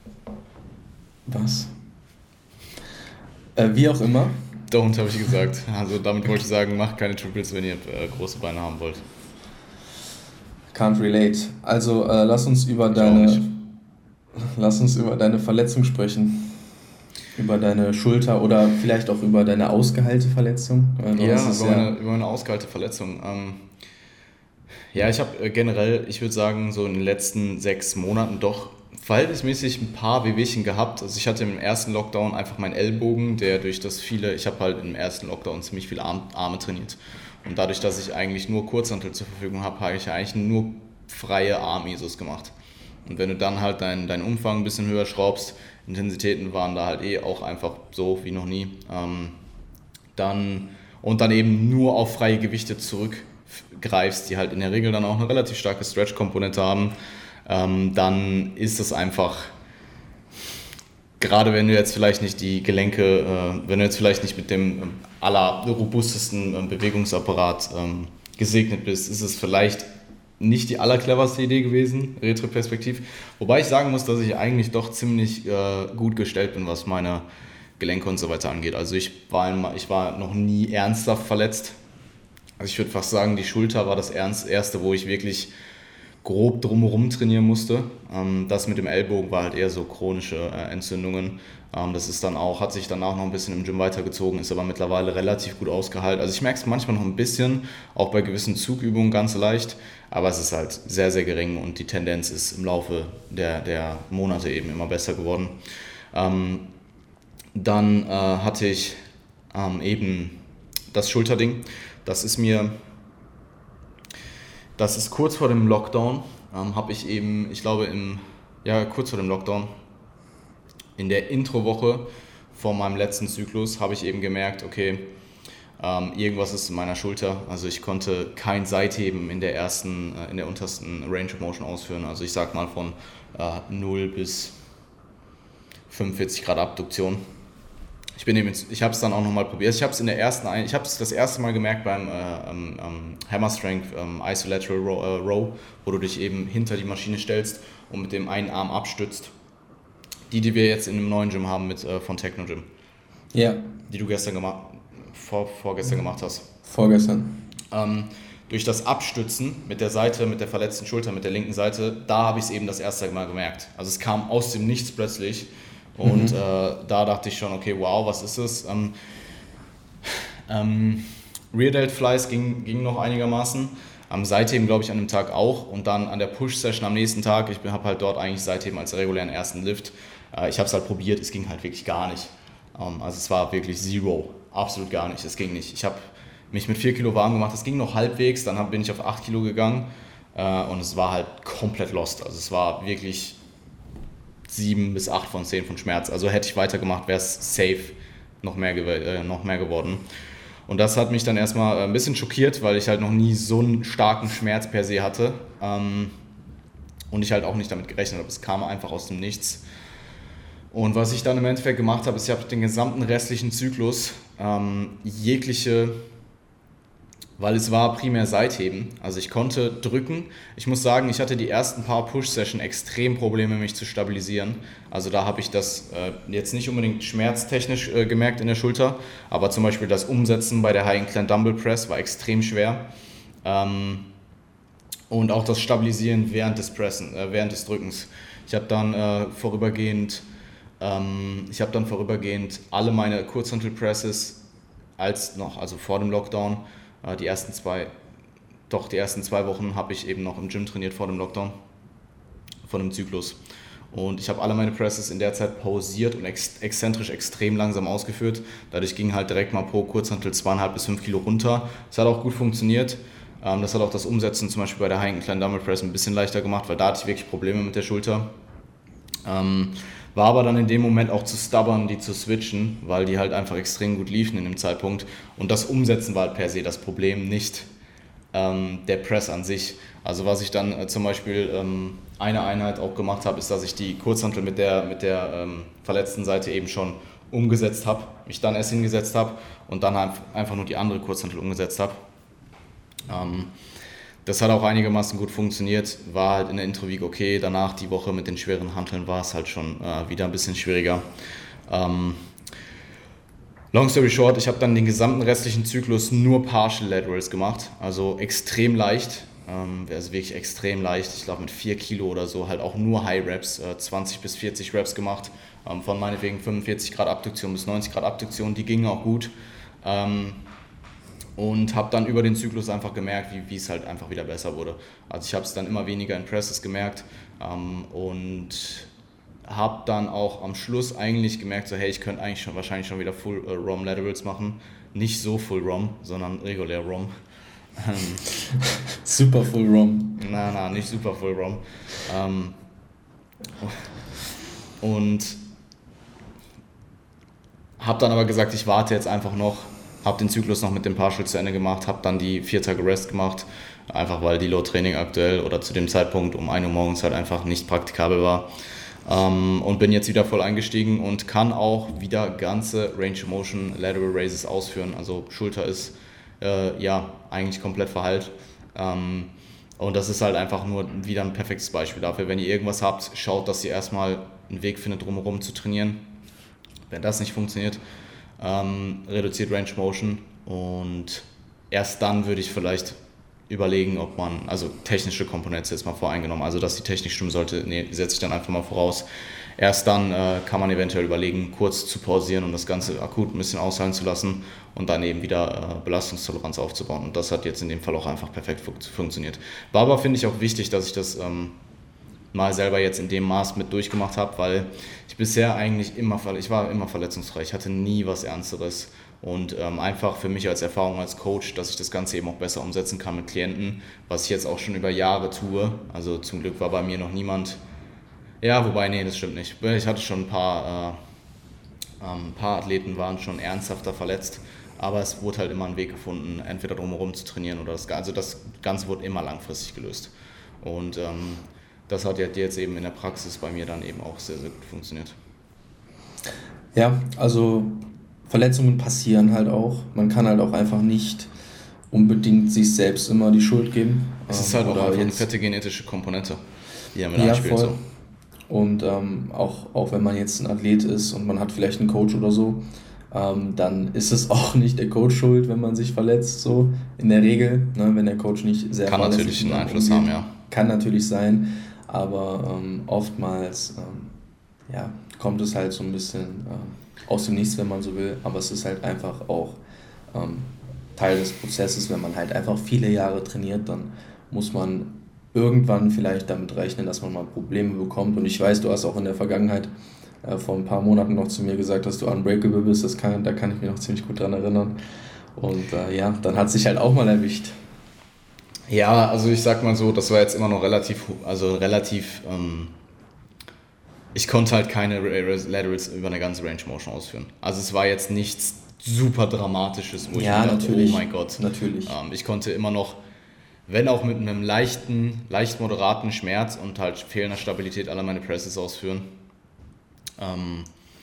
Was? Äh, wie auch immer. Don't, habe ich gesagt. Also damit wollte ich sagen, macht keine Triples, wenn ihr äh, große Beine haben wollt. Can't relate. Also äh, lass uns über ich deine... Lass uns über deine Verletzung sprechen. Über deine Schulter oder vielleicht auch über deine ausgeheilte Verletzung. Also ja, über, ja meine, über meine ausgeheilte Verletzung. Ähm, ja, ich habe äh, generell, ich würde sagen, so in den letzten sechs Monaten doch verhältnismäßig ein paar Wehwehchen gehabt. Also ich hatte im ersten Lockdown einfach meinen Ellbogen, der durch das viele, ich habe halt im ersten Lockdown ziemlich viele Arm, Arme trainiert. Und dadurch, dass ich eigentlich nur Kurzhantel zur Verfügung habe, habe ich eigentlich nur freie Arm-Isos gemacht. Und wenn du dann halt deinen dein Umfang ein bisschen höher schraubst, Intensitäten waren da halt eh auch einfach so wie noch nie, ähm, dann, und dann eben nur auf freie Gewichte zurückgreifst, die halt in der Regel dann auch eine relativ starke Stretch-Komponente haben, ähm, dann ist es einfach, gerade wenn du jetzt vielleicht nicht die Gelenke, äh, wenn du jetzt vielleicht nicht mit dem ähm, allerrobustesten ähm, Bewegungsapparat ähm, gesegnet bist, ist es vielleicht nicht die allercleverste Idee gewesen, retroperspektiv. Wobei ich sagen muss, dass ich eigentlich doch ziemlich äh, gut gestellt bin, was meine Gelenke und so weiter angeht. Also ich war, in, ich war noch nie ernsthaft verletzt. Also ich würde fast sagen, die Schulter war das erste, wo ich wirklich grob drumherum trainieren musste. Ähm, das mit dem Ellbogen war halt eher so chronische äh, Entzündungen. Ähm, das ist dann auch, hat sich dann auch noch ein bisschen im Gym weitergezogen, ist aber mittlerweile relativ gut ausgeheilt. Also ich merke es manchmal noch ein bisschen, auch bei gewissen Zugübungen ganz leicht, aber es ist halt sehr, sehr gering und die Tendenz ist im Laufe der, der Monate eben immer besser geworden. Ähm, dann äh, hatte ich ähm, eben das Schulterding. Das ist mir... Das ist kurz vor dem Lockdown, ähm, habe ich eben, ich glaube im, ja kurz vor dem Lockdown, in der Introwoche vor meinem letzten Zyklus habe ich eben gemerkt, okay, ähm, irgendwas ist in meiner Schulter, also ich konnte kein Seitheben in der ersten, äh, in der untersten Range of Motion ausführen, also ich sag mal von äh, null bis fünfundvierzig Grad Abduktion. Ich bin eben, ich habe es dann auch nochmal probiert. Ich habe es in der ersten, ich habe es das erste Mal gemerkt beim äh, ähm, Hammer Strength ähm, Isolateral Row, äh, Row, wo du dich eben hinter die Maschine stellst und mit dem einen Arm abstützt. Die, die wir jetzt in einem neuen Gym haben mit äh, von Techno Gym. Ja. Die du gestern gemacht, vor, vorgestern gemacht hast. Vorgestern. Ähm, durch das Abstützen mit der Seite, mit der verletzten Schulter, mit der linken Seite, da habe ich es eben das erste Mal gemerkt. Also es kam aus dem Nichts plötzlich. Und mhm. äh, da dachte ich schon, okay, wow, was ist das? Ähm, ähm, Rear Delt Flies ging, ging noch einigermaßen, Am Seitheben glaube ich an dem Tag auch und dann an der Push-Session am nächsten Tag, ich habe halt dort eigentlich Seitheben als regulären ersten Lift. Äh, ich habe es halt probiert, es ging halt wirklich gar nicht. Ähm, also es war wirklich zero, absolut gar nicht, es ging nicht. Ich habe mich mit vier Kilo warm gemacht, es ging noch halbwegs, dann hab, bin ich auf acht Kilo gegangen äh, und es war halt komplett lost. Also es war wirklich sieben bis acht von zehn von Schmerz. Also hätte ich weitergemacht, wäre es safe noch mehr, gew- äh, noch mehr geworden. Und das hat mich dann erstmal ein bisschen schockiert, weil ich halt noch nie so einen starken Schmerz per se hatte. Ähm, und ich halt auch nicht damit gerechnet habe. Es kam einfach aus dem Nichts. Und was ich dann im Endeffekt gemacht habe, ist, ich habe den gesamten restlichen Zyklus ähm, jegliche, weil es war primär Seitheben, also ich konnte drücken. Ich muss sagen, ich hatte die ersten paar Push-Sessions extrem Probleme, mich zu stabilisieren. Also da habe ich das äh, jetzt nicht unbedingt schmerztechnisch äh, gemerkt in der Schulter, aber zum Beispiel das Umsetzen bei der High Incline Dumbbell Press war extrem schwer. Ähm, und auch das Stabilisieren während des Pressen, äh, während des Drückens. Ich habe dann äh, vorübergehend, ähm, ich habe dann vorübergehend alle meine Kurzhantel-Presses als noch, also vor dem Lockdown, Die ersten zwei, doch die ersten zwei Wochen habe ich eben noch im Gym trainiert vor dem Lockdown, vor dem Zyklus. Und ich habe alle meine Presses in der Zeit pausiert und ex- exzentrisch extrem langsam ausgeführt. Dadurch ging halt direkt mal pro Kurzhantel zweieinhalb bis fünf Kilo runter. Das hat auch gut funktioniert. Das hat auch das Umsetzen zum Beispiel bei der High Incline Dumbbell Press ein bisschen leichter gemacht, weil da hatte ich wirklich Probleme mit der Schulter. War aber dann in dem Moment auch zu stubborn, die zu switchen, weil die halt einfach extrem gut liefen in dem Zeitpunkt. Und das Umsetzen war halt per se das Problem, nicht ähm, der Press an sich. Also was ich dann äh, zum Beispiel ähm, eine Einheit auch gemacht habe, ist, dass ich die Kurzhantel mit der, mit der ähm, verletzten Seite eben schon umgesetzt habe, mich dann erst hingesetzt habe und dann einfach nur die andere Kurzhantel umgesetzt habe. Ähm, Das hat auch einigermaßen gut funktioniert, war halt in der Intro-Week okay, danach die Woche mit den schweren Hanteln war es halt schon äh, wieder ein bisschen schwieriger. Ähm, long story short, ich habe dann den gesamten restlichen Zyklus nur Partial Laterals gemacht, also extrem leicht, ähm, also wirklich extrem leicht, ich glaube mit vier Kilo oder so, halt auch nur High Reps, äh, zwanzig bis vierzig Reps gemacht, ähm, von meinetwegen fünfundvierzig Grad Abduktion bis neunzig Grad Abduktion, die gingen auch gut. Ähm, Und habe dann über den Zyklus einfach gemerkt, wie, wie es halt einfach wieder besser wurde. Also ich habe es dann immer weniger in Presses gemerkt ähm, und habe dann auch am Schluss eigentlich gemerkt, so hey, ich könnte eigentlich schon wahrscheinlich schon wieder Full äh, ROM Laterals machen. Nicht so Full ROM, sondern regulär ROM. Super Full ROM. Na, na, nicht super Full ROM. Ähm, und habe dann aber gesagt, ich warte jetzt einfach noch, habe den Zyklus noch mit dem Partial zu Ende gemacht, habe dann die vier Tage Rest gemacht, einfach weil die Load-Training aktuell oder zu dem Zeitpunkt um ein Uhr morgens halt einfach nicht praktikabel war. Ähm, und bin jetzt wieder voll eingestiegen und kann auch wieder ganze Range of Motion Lateral Raises ausführen. Also Schulter ist äh, ja eigentlich komplett verheilt. Ähm, und das ist halt einfach nur wieder ein perfektes Beispiel dafür. Wenn ihr irgendwas habt, schaut, dass ihr erstmal einen Weg findet, drumherum zu trainieren. Wenn das nicht funktioniert, Ähm, reduziert Range Motion und erst dann würde ich vielleicht überlegen, ob man, also technische Komponente jetzt mal voreingenommen, also dass die Technik stimmen sollte, nee, setze ich dann einfach mal voraus. Erst dann äh, kann man eventuell überlegen, kurz zu pausieren und das Ganze akut ein bisschen aushalten zu lassen und dann eben wieder äh, Belastungstoleranz aufzubauen. Und das hat jetzt in dem Fall auch einfach perfekt fun- funktioniert. War aber, finde ich, auch wichtig, dass ich das ähm, mal selber jetzt in dem Maß mit durchgemacht habe, weil ich bisher eigentlich immer, ich war immer verletzungsfrei, ich hatte nie was Ernsteres und ähm, einfach für mich als Erfahrung als Coach, dass ich das Ganze eben auch besser umsetzen kann mit Klienten, was ich jetzt auch schon über Jahre tue, also zum Glück war bei mir noch niemand, ja, wobei, nee, das stimmt nicht, ich hatte schon ein paar, äh, ein paar Athleten waren schon ernsthafter verletzt, aber es wurde halt immer ein Weg gefunden, entweder drumherum zu trainieren oder das, also das Ganze wurde immer langfristig gelöst und ähm, das hat jetzt eben in der Praxis bei mir dann eben auch sehr, sehr gut funktioniert. Ja, also Verletzungen passieren halt auch. Man kann halt auch einfach nicht unbedingt sich selbst immer die Schuld geben. Es ist halt ähm, auch einfach eine jetzt, fette genetische Komponente, die ja mit ja, einspielt. voll. So. Und ähm, auch, auch wenn man jetzt ein Athlet ist und man hat vielleicht einen Coach oder so, ähm, dann ist es auch nicht der Coach schuld, wenn man sich verletzt, so in der Regel, ne, wenn der Coach nicht sehr Kann natürlich einen Einfluss umgeht. haben, ja. Kann natürlich sein, aber ähm, oftmals ähm, ja, kommt es halt so ein bisschen ähm, aus dem Nichts, wenn man so will, aber es ist halt einfach auch ähm, Teil des Prozesses, wenn man halt einfach viele Jahre trainiert, dann muss man irgendwann vielleicht damit rechnen, dass man mal Probleme bekommt. Und ich weiß, du hast auch in der Vergangenheit äh, vor ein paar Monaten noch zu mir gesagt, dass du unbreakable bist. Das kann, da kann ich mich noch ziemlich gut dran erinnern. Und äh, ja, dann hat es sich halt auch mal erwischt. Ja, also ich sag mal so, das war jetzt immer noch relativ, also relativ, ähm, ich konnte halt keine Laterals über eine ganze Range Motion ausführen. Also es war jetzt nichts super Dramatisches, wo ja, ich mir dachte, natürlich. oh mein Gott. Natürlich. Ähm, ich konnte immer noch, wenn auch mit einem leichten, leicht moderaten Schmerz und halt fehlender Stabilität alle meine Presses ausführen. Ähm,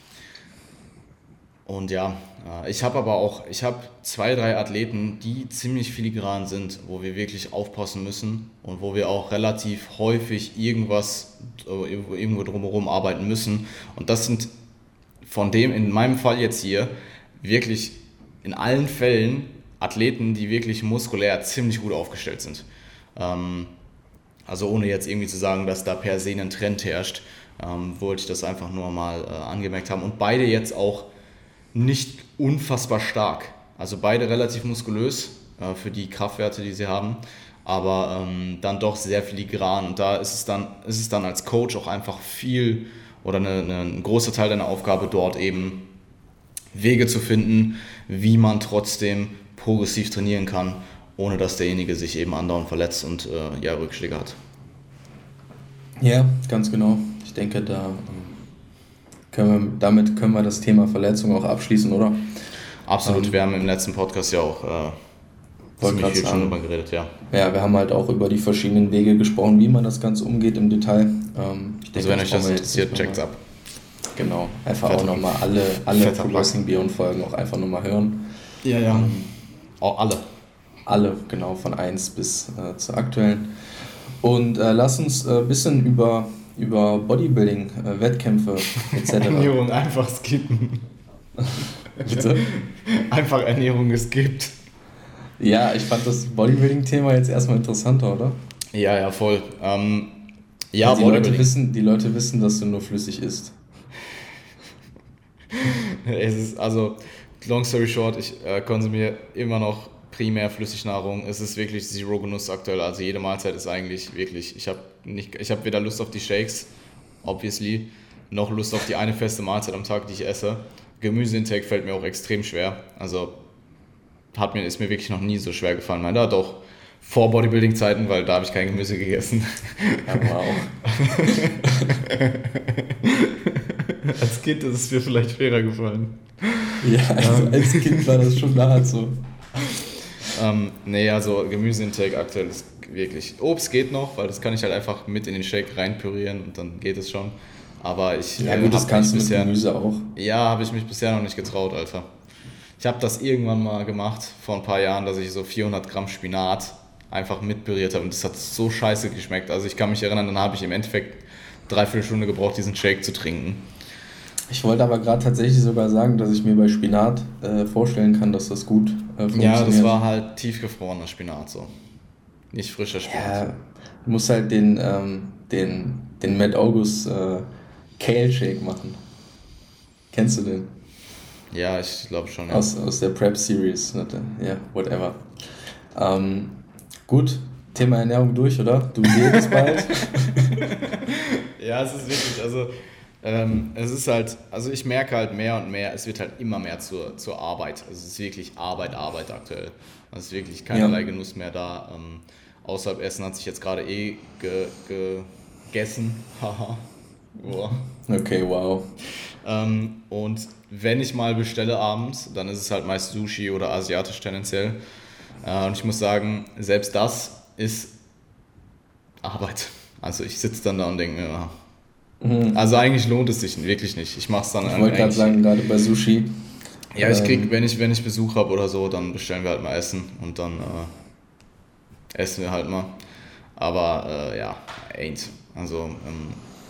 und ja, ich habe aber auch, ich habe zwei, drei Athleten, die ziemlich filigran sind, wo wir wirklich aufpassen müssen und wo wir auch relativ häufig irgendwas, irgendwo drumherum arbeiten müssen. Und das sind von dem, in meinem Fall jetzt hier, wirklich in allen Fällen Athleten, die wirklich muskulär ziemlich gut aufgestellt sind. Ähm, also ohne jetzt irgendwie zu sagen, dass da per se ein Trend herrscht, ähm, wollte ich das einfach nur mal äh, angemerkt haben. Und beide jetzt auch nicht unfassbar stark. Also beide relativ muskulös äh, für die Kraftwerte, die sie haben, aber ähm, dann doch sehr filigran. Und da ist es dann, ist es dann als Coach auch einfach viel oder eine, eine, ein großer Teil deiner Aufgabe dort eben Wege zu finden, wie man trotzdem progressiv trainieren kann, ohne dass derjenige sich eben andauernd verletzt und äh, ja, Rückschläge hat. Ja, ganz genau. Ich denke, da können wir, damit können wir das Thema Verletzung auch abschließen, oder? Absolut, ähm, wir haben im letzten Podcast ja auch äh, ziemlich viel schon darüber geredet, ja. Ja, wir haben halt auch über die verschiedenen Wege gesprochen, wie man das Ganze umgeht im Detail. Ähm, ich denke, also wenn euch das interessiert, checkt's ab. Genau, einfach Fetter. Auch nochmal alle, alle Progressing Beyond Folgen auch einfach nochmal hören. Ja, ja. Ähm, auch alle. Alle, genau, von eins bis äh, zur aktuellen. Und äh, lass uns ein äh, bisschen über, über Bodybuilding, äh, Wettkämpfe et cetera. Ernährung einfach skippen. Bitte? Einfach Ernährung es gibt. Ja, ich fand das Bodybuilding-Thema jetzt erstmal interessanter, oder? Ja, ja, voll. Ähm, ja, also die, Leute wissen, die Leute wissen, dass du nur flüssig isst. Es ist, also, long story short, ich äh, konsumiere immer noch primär Flüssignahrung. Es ist wirklich Zero Genuss aktuell. Also jede Mahlzeit ist eigentlich wirklich, ich habe nicht, ich habe weder Lust auf die Shakes, obviously, noch Lust auf die eine feste Mahlzeit am Tag, die ich esse. Gemüseintake fällt mir auch extrem schwer. Also hat mir, ist mir wirklich noch nie so schwer gefallen. Nein, da doch vor Bodybuilding-Zeiten, weil da habe ich kein Gemüse gegessen. Ja, wow. Als Kind ist es mir vielleicht schwerer gefallen. Ja, also als Kind war das schon nahezu. Ähm, nee, also Gemüseintake aktuell ist wirklich, Obst geht noch, weil das kann ich halt einfach mit in den Shake reinpürieren und dann geht es schon. Aber ich ja, gut, das kannst du mit bisher, Gemüse auch. Ja, habe ich mich bisher noch nicht getraut, Alter. Ich habe das irgendwann mal gemacht, vor ein paar Jahren, dass ich so vierhundert Gramm Spinat einfach mitpüriert habe und das hat so scheiße geschmeckt. Also ich kann mich erinnern, dann habe ich im Endeffekt dreiviertel Stunde gebraucht, diesen Shake zu trinken. Ich wollte aber gerade tatsächlich sogar sagen, dass ich mir bei Spinat äh, vorstellen kann, dass das gut äh, funktioniert. Ja, das war halt tiefgefrorener Spinat so. Nicht frischer Spinat. Ja, du musst halt den, ähm, den, den Matt August äh, Kale Shake machen. Kennst du den? Ja, ich glaube schon. Ja. Aus, aus der Prep Series. Ja, yeah, whatever. Ähm, gut, Thema Ernährung durch, oder? Du gehst bald. Ja, es ist wirklich, also ähm, es ist halt, also ich merke halt mehr und mehr, es wird halt immer mehr zur, zur Arbeit. Also es ist wirklich Arbeit, Arbeit aktuell. Also es ist wirklich keinerlei ja. Genuss mehr da. Ähm, außerhalb Essen hat sich jetzt gerade eh ge, ge, gegessen. Haha. Wow. Okay, wow. Ähm, und wenn ich mal bestelle abends, dann ist es halt meist Sushi oder asiatisch tendenziell. Äh, und ich muss sagen, selbst das ist Arbeit. Also ich sitze dann da und denke mir, ja. mhm. Also eigentlich lohnt es sich wirklich nicht. Ich mache es dann. Ich wollte gerade sagen, gerade bei Sushi. Ja, ich krieg, wenn ich, wenn ich Besuch habe oder so, dann bestellen wir halt mal Essen und dann äh, essen wir halt mal. Aber äh, ja, ain't. Also ähm,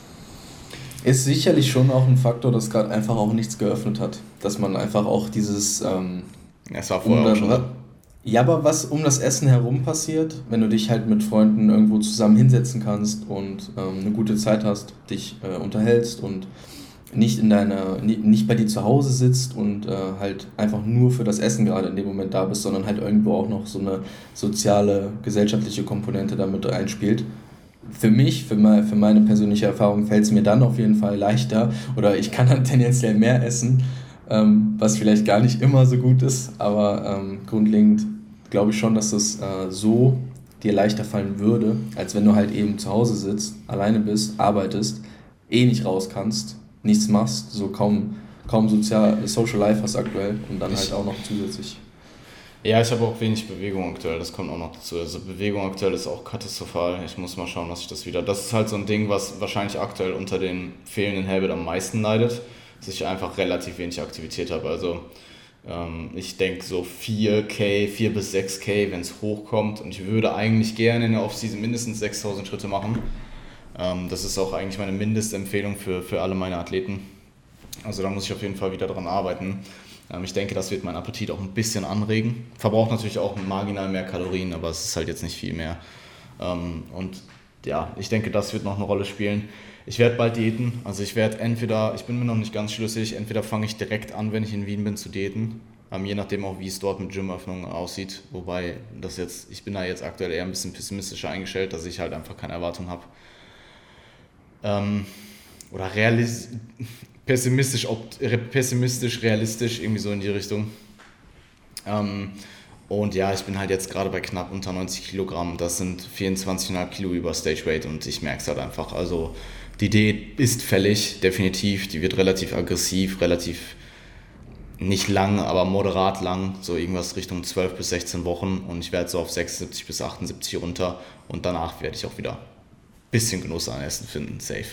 ist sicherlich schon auch ein Faktor, dass gerade einfach auch nichts geöffnet hat. Dass man einfach auch dieses... Ähm, es war vorher um auch schon. Ja, aber was um das Essen herum passiert, wenn du dich halt mit Freunden irgendwo zusammen hinsetzen kannst und ähm, eine gute Zeit hast, dich äh, unterhältst und nicht in deiner, nicht bei dir zu Hause sitzt und äh, halt einfach nur für das Essen gerade in dem Moment da bist, sondern halt irgendwo auch noch so eine soziale, gesellschaftliche Komponente damit einspielt. Für mich, für, mein, für meine persönliche Erfahrung fällt es mir dann auf jeden Fall leichter oder ich kann dann tendenziell mehr essen, ähm, was vielleicht gar nicht immer so gut ist, aber ähm, grundlegend glaube ich schon, dass es äh, so dir leichter fallen würde, als wenn du halt eben zu Hause sitzt, alleine bist, arbeitest, eh nicht raus kannst, nichts machst, so kaum, kaum sozial, Social Life hast aktuell und dann halt auch noch zusätzlich. Ja, ich habe auch wenig Bewegung aktuell, das kommt auch noch dazu. Also Bewegung aktuell ist auch katastrophal. Ich muss mal schauen, dass ich das wieder... Das ist halt so ein Ding, was wahrscheinlich aktuell unter den fehlenden Habit am meisten leidet, dass ich einfach relativ wenig Aktivität habe. Also ähm, ich denke so vier K, vier bis sechs K, wenn es hochkommt. Und ich würde eigentlich gerne in der Offseason mindestens sechstausend Schritte machen. Ähm, das ist auch eigentlich meine Mindestempfehlung für, für alle meine Athleten. Also da muss ich auf jeden Fall wieder dran arbeiten. Ich denke, das wird meinen Appetit auch ein bisschen anregen. Verbraucht natürlich auch marginal mehr Kalorien, aber es ist halt jetzt nicht viel mehr. Und ja, ich denke, das wird noch eine Rolle spielen. Ich werde bald diäten. Also ich werde entweder, ich bin mir noch nicht ganz schlüssig, entweder fange ich direkt an, wenn ich in Wien bin, zu diäten. Je nachdem auch, wie es dort mit Gymöffnungen aussieht. Wobei das jetzt, ich bin da jetzt aktuell eher ein bisschen pessimistischer eingestellt, dass ich halt einfach keine Erwartung habe. Oder realis pessimistisch, pessimistisch, realistisch, irgendwie so in die Richtung. Ähm, und ja, ich bin halt jetzt gerade bei knapp unter neunzig Kilogramm. Das sind vierundzwanzig Komma fünf Kilo über Stage Weight und ich merke es halt einfach. Also die Diät ist fällig, definitiv. Die wird relativ aggressiv, relativ nicht lang, aber moderat lang. So irgendwas Richtung zwölf bis sechzehn Wochen und ich werde so auf sechsundsiebzig bis achtundsiebzig runter und danach werde ich auch wieder ein bisschen Genuss an Essen finden, safe.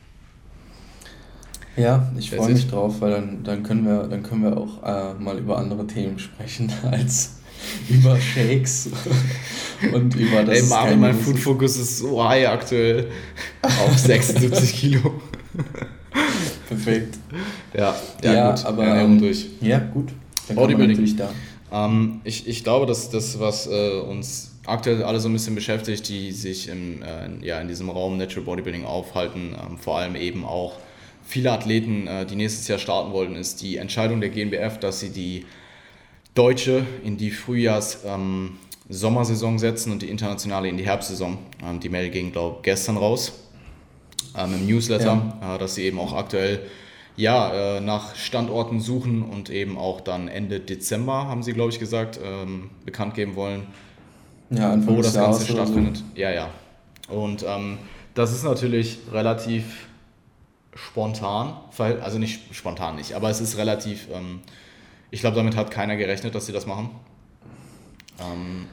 Ja, ich freue mich drauf, weil dann, dann, können wir, dann können wir auch äh, mal über andere Themen sprechen als über Shakes und über das. Ey, Marvin, mein Food Focus ist so high aktuell auf sechsundsiebzig Kilo. Perfekt. Ja, ja, ja gut. aber ähm, durch. Ja, gut. Dann Bodybuilding natürlich da. Ähm, ich, ich glaube, dass das, was äh, uns aktuell alle so ein bisschen beschäftigt, die sich im, äh, ja, in diesem Raum Natural Bodybuilding aufhalten, ähm, vor allem eben auch viele Athleten, die nächstes Jahr starten wollen, ist die Entscheidung der G N B F, dass sie die deutsche in die Frühjahrs-Sommersaison ähm, setzen und die internationale in die Herbstsaison. Ähm, die Mail ging, glaube ich, gestern raus ähm, im Newsletter, ja. äh, dass sie eben auch aktuell ja, äh, nach Standorten suchen und eben auch dann Ende Dezember, haben sie, glaube ich, gesagt, ähm, bekannt geben wollen, ja, wo das Ganze stattfindet. So. Ja, ja. Und ähm, das ist natürlich relativ spontan, also nicht spontan nicht, aber es ist relativ, ähm, ich glaube, damit hat keiner gerechnet, dass sie das machen. Ähm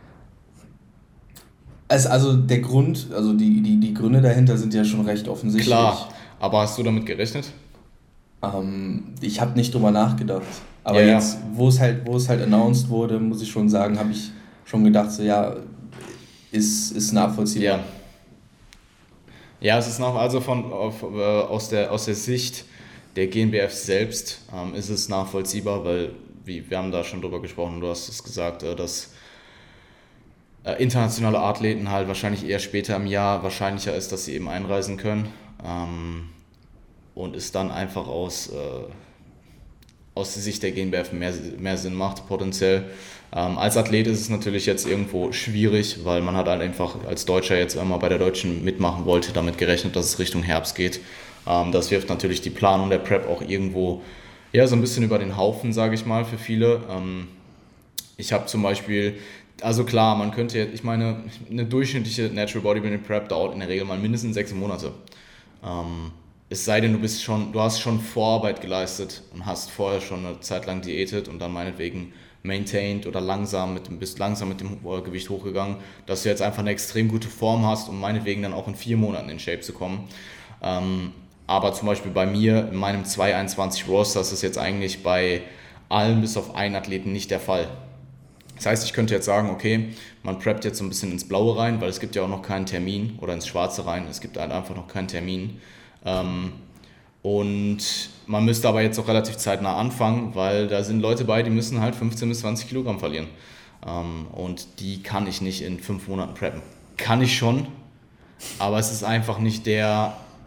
also, also der Grund, also die, die, die Gründe dahinter sind ja schon recht offensichtlich. Klar, aber hast du damit gerechnet? Ähm, ich habe nicht drüber nachgedacht, aber ja, jetzt, wo es halt, wo es halt announced wurde, muss ich schon sagen, habe ich schon gedacht, so ja, ist, ist nachvollziehbar. Ja. Ja, es ist noch, also von, auf, äh, aus, der, aus der Sicht der G N B F selbst ähm, ist es nachvollziehbar, weil wie, wir haben da schon drüber gesprochen, du hast es gesagt, äh, dass äh, internationale Athleten halt wahrscheinlich eher später im Jahr wahrscheinlicher ist, dass sie eben einreisen können ähm, und es dann einfach aus, äh, aus der Sicht der G N B F mehr, mehr Sinn macht, potenziell. Ähm, als Athlet ist es natürlich jetzt irgendwo schwierig, weil man hat halt einfach als Deutscher jetzt einmal bei der Deutschen mitmachen wollte, damit gerechnet, dass es Richtung Herbst geht. Ähm, das wirft natürlich die Planung der Prep auch irgendwo ja, so ein bisschen über den Haufen, sage ich mal, für viele. Ähm, ich habe zum Beispiel, also klar, man könnte jetzt, ich meine, eine durchschnittliche Natural Bodybuilding Prep dauert in der Regel mal mindestens sechs Monate. Ähm, es sei denn, du bist schon, du hast schon Vorarbeit geleistet und hast vorher schon eine Zeit lang diätet und dann meinetwegen maintained oder langsam mit, bist langsam mit dem Gewicht hochgegangen, dass du jetzt einfach eine extrem gute Form hast, um meinetwegen dann auch in vier Monaten in Shape zu kommen. Ähm, aber zum Beispiel bei mir, in meinem zwei einundzwanzig Roster, ist das jetzt eigentlich bei allen bis auf einen Athleten nicht der Fall. Das heißt, ich könnte jetzt sagen, okay, man preppt jetzt so ein bisschen ins Blaue rein, weil es gibt ja auch noch keinen Termin, oder ins Schwarze rein, es gibt halt einfach noch keinen Termin. Ähm, und man müsste aber jetzt auch relativ zeitnah anfangen, weil da sind Leute bei, die müssen halt fünfzehn bis zwanzig Kilogramm verlieren. Ähm, und die kann ich nicht in fünf Monaten preppen. Kann ich schon, aber es ist einfach nicht der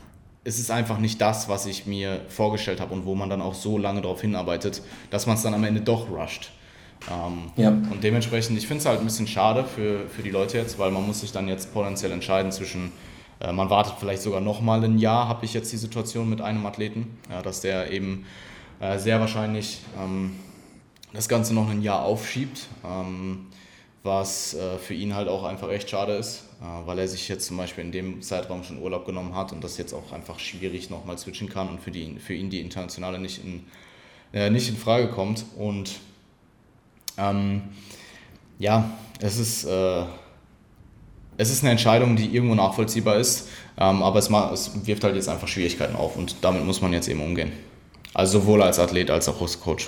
es ist einfach nicht das, was ich mir vorgestellt habe und wo man dann auch so lange darauf hinarbeitet, dass man es dann am Ende doch rusht. Ähm, ja. Und dementsprechend, ich finde es halt ein bisschen schade für, für die Leute jetzt, weil man muss sich dann jetzt potenziell entscheiden zwischen, äh, man wartet vielleicht sogar nochmal ein Jahr, habe ich jetzt die Situation mit einem Athleten, ja, dass der eben äh, sehr wahrscheinlich ähm, das Ganze noch ein Jahr aufschiebt, ähm, was äh, für ihn halt auch einfach echt schade ist, äh, weil er sich jetzt zum Beispiel in dem Zeitraum schon Urlaub genommen hat und das jetzt auch einfach schwierig nochmal switchen kann und für, die, für ihn die internationale nicht in, äh, nicht in Frage kommt. Und ähm, ja, es ist, äh, es ist eine Entscheidung, die irgendwo nachvollziehbar ist, ähm, aber es, ma- es wirft halt jetzt einfach Schwierigkeiten auf und damit muss man jetzt eben umgehen. Also sowohl als Athlet als auch als Coach.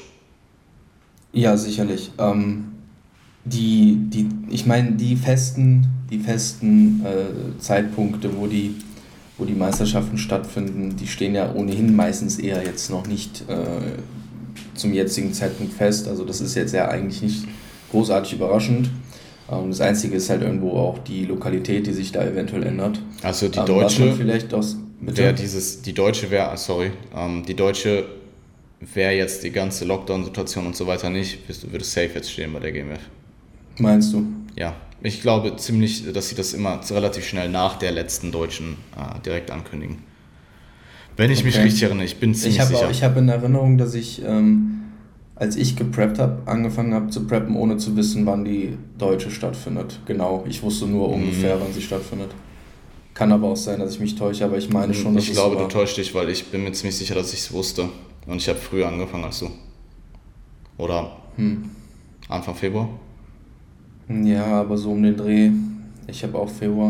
Ja, sicherlich. Ähm, die, die, ich meine, die festen, die festen äh, Zeitpunkte, wo die, wo die Meisterschaften stattfinden, die stehen ja ohnehin meistens eher jetzt noch nicht äh, zum jetzigen Zeitpunkt fest. Also das ist jetzt ja eigentlich nicht großartig überraschend. Ähm, das Einzige ist halt irgendwo auch die Lokalität, die sich da eventuell ändert. Also die ähm, deutsche, vielleicht aus, wäre dieses, die deutsche wäre, sorry, ähm, die deutsche wäre jetzt die ganze Lockdown-Situation und so weiter nicht, wirst du würdest safe jetzt stehen bei der G M F. Meinst du? Ja, ich glaube ziemlich, dass sie das immer relativ schnell nach der letzten deutschen äh, direkt ankündigen. Wenn ich okay. mich richtig erinnere, ich bin ziemlich ich hab sicher. Auch, ich habe in Erinnerung, dass ich, ähm, als ich gepreppt habe, angefangen habe zu preppen, ohne zu wissen, wann die deutsche stattfindet. Genau, ich wusste nur ungefähr, mhm. wann sie stattfindet. Kann aber auch sein, dass ich mich täusche, aber ich meine schon, dass ich es glaube, so war. Du täuschst dich, weil ich bin mir ziemlich sicher, dass ich es wusste. Und ich habe früher angefangen als du. Oder hm. Anfang Februar? Ja, aber so um den Dreh. Ich habe auch Februar.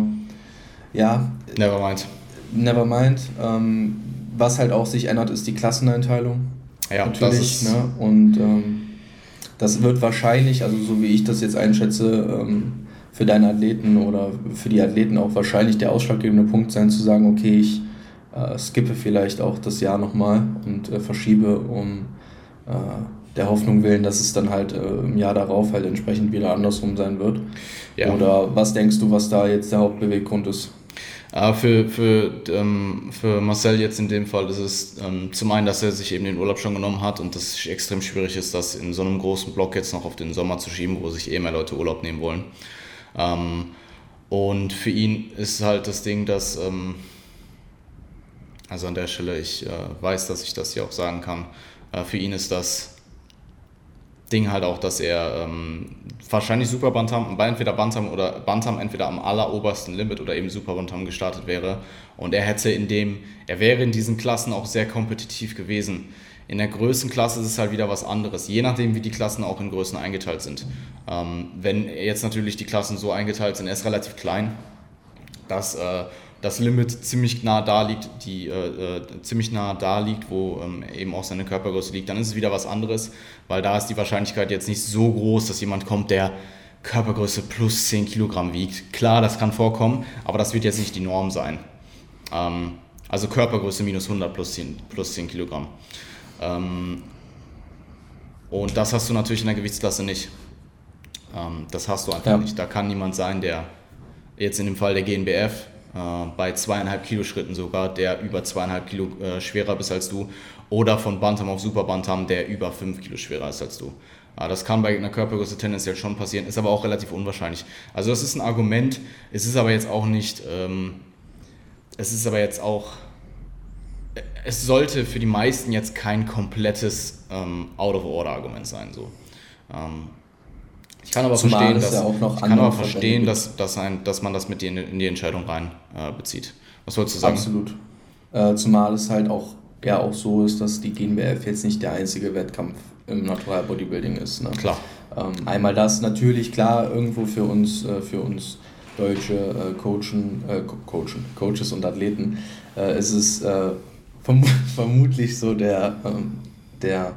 Ja. Nevermind. Nevermind. Ähm, was halt auch sich ändert, ist die Klasseneinteilung. Ja, natürlich. Das ist ne? Und ähm, das wird wahrscheinlich, also so wie ich das jetzt einschätze, ähm, für deine Athleten oder für die Athleten auch wahrscheinlich der ausschlaggebende Punkt sein, zu sagen, okay, ich äh, skippe vielleicht auch das Jahr nochmal und äh, verschiebe, um äh, der Hoffnung willen, dass es dann halt äh, im Jahr darauf halt entsprechend wieder andersrum sein wird. Ja. Oder was denkst du, was da jetzt der Hauptbeweggrund ist? Äh, für, für, ähm, für Marcel jetzt in dem Fall ist es ähm, zum einen, dass er sich eben den Urlaub schon genommen hat und das extrem schwierig ist, das in so einem großen Block jetzt noch auf den Sommer zu schieben, wo sich eh mehr Leute Urlaub nehmen wollen. Ähm, und für ihn ist halt das Ding, dass, ähm, also an der Stelle, ich äh, weiß, dass ich das hier auch sagen kann, äh, für ihn ist das Ding halt auch, dass er ähm, wahrscheinlich Super Bantam, bei entweder Bantam oder Bantam entweder am allerobersten Limit oder eben Super Bantam gestartet wäre und er hätte in dem, er wäre in diesen Klassen auch sehr kompetitiv gewesen. In der Größenklasse ist es halt wieder was anderes, je nachdem wie die Klassen auch in Größen eingeteilt sind. Ähm, wenn jetzt natürlich die Klassen so eingeteilt sind, er ist relativ klein, dass äh, das Limit ziemlich nah da liegt, die äh, äh, ziemlich nah da liegt, wo ähm, eben auch seine Körpergröße liegt, dann ist es wieder was anderes, weil da ist die Wahrscheinlichkeit jetzt nicht so groß, dass jemand kommt, der Körpergröße plus zehn Kilogramm wiegt. Klar, das kann vorkommen, aber das wird jetzt nicht die Norm sein. Ähm, also Körpergröße minus hundert plus zehn, plus zehn Kilogramm. Ähm, und das hast du natürlich in der Gewichtsklasse nicht. Ähm, das hast du einfach ja. nicht. Da kann niemand sein, der jetzt in dem Fall der G N B F bei zweieinhalb Kilo Schritten sogar, der über zweieinhalb Kilo äh, schwerer ist als du, oder von Bantam auf Super Bantam, der über fünf Kilo schwerer ist als du. Äh, das kann bei einer Körpergröße tendenziell schon passieren, ist aber auch relativ unwahrscheinlich. Also das ist ein Argument, es ist aber jetzt auch nicht, ähm, es ist aber jetzt auch, es sollte für die meisten jetzt kein komplettes ähm, Out-of-Order-Argument sein. So. Ähm, Ich kann aber Zumal verstehen, dass, ja auch noch ich kann aber verstehen dass, dass, ein, dass man das mit in, in die Entscheidung rein äh, bezieht. Was wolltest du sagen? Absolut. Äh, zumal es halt auch, ja, auch so ist, dass die G N B F jetzt nicht der einzige Wettkampf im Natural Bodybuilding ist. Ne? Klar. Ähm, einmal das natürlich, klar, irgendwo für uns, äh, für uns deutsche äh, Coachen, äh, Coachen, Coaches und Athleten äh, ist es äh, verm- vermutlich so der, ähm, der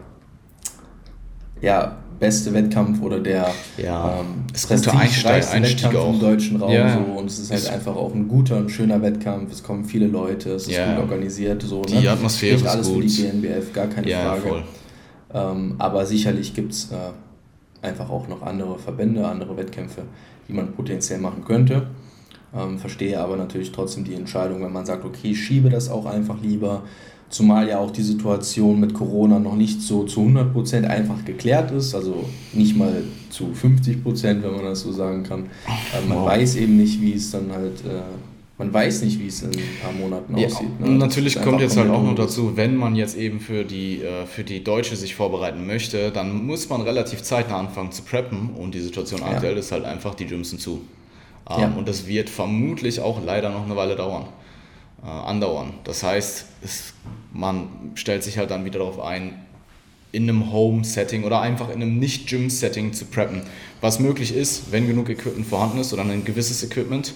ja, beste Wettkampf oder der ja, ähm, prestigereichste Wettkampf auch. im deutschen Raum. Ja. So. Und es ist halt ist einfach auch ein guter und schöner Wettkampf. Es kommen viele Leute, es ist ja. gut organisiert. So, die ne? Atmosphäre Nicht ist alles gut. für die G N B F, gar keine ja, Frage. Voll. Ähm, aber sicherlich gibt es äh, einfach auch noch andere Verbände, andere Wettkämpfe, die man potenziell machen könnte. Ähm, verstehe aber natürlich trotzdem die Entscheidung, wenn man sagt, okay, ich schiebe das auch einfach lieber, zumal ja auch die Situation mit Corona noch nicht so zu hundert Prozent einfach geklärt ist, also nicht mal zu fünfzig Prozent, wenn man das so sagen kann. Äh, man wow. weiß eben nicht, wie es dann halt, äh, man weiß nicht, wie es in ein paar Monaten ja, aussieht. Ne? Und natürlich kommt jetzt halt auch noch dazu, wenn man jetzt eben für die, äh, für die Deutsche sich vorbereiten möchte, dann muss man relativ zeitnah anfangen zu preppen und die Situation aktuell ja. ist halt einfach, die Gyms sind zu. Ähm, ja. Und das wird vermutlich auch leider noch eine Weile dauern. Äh, andauern. Das heißt, es, man stellt sich halt dann wieder darauf ein, in einem Home-Setting oder einfach in einem Nicht-Gym-Setting zu preppen. Was möglich ist, wenn genug Equipment vorhanden ist oder ein gewisses Equipment,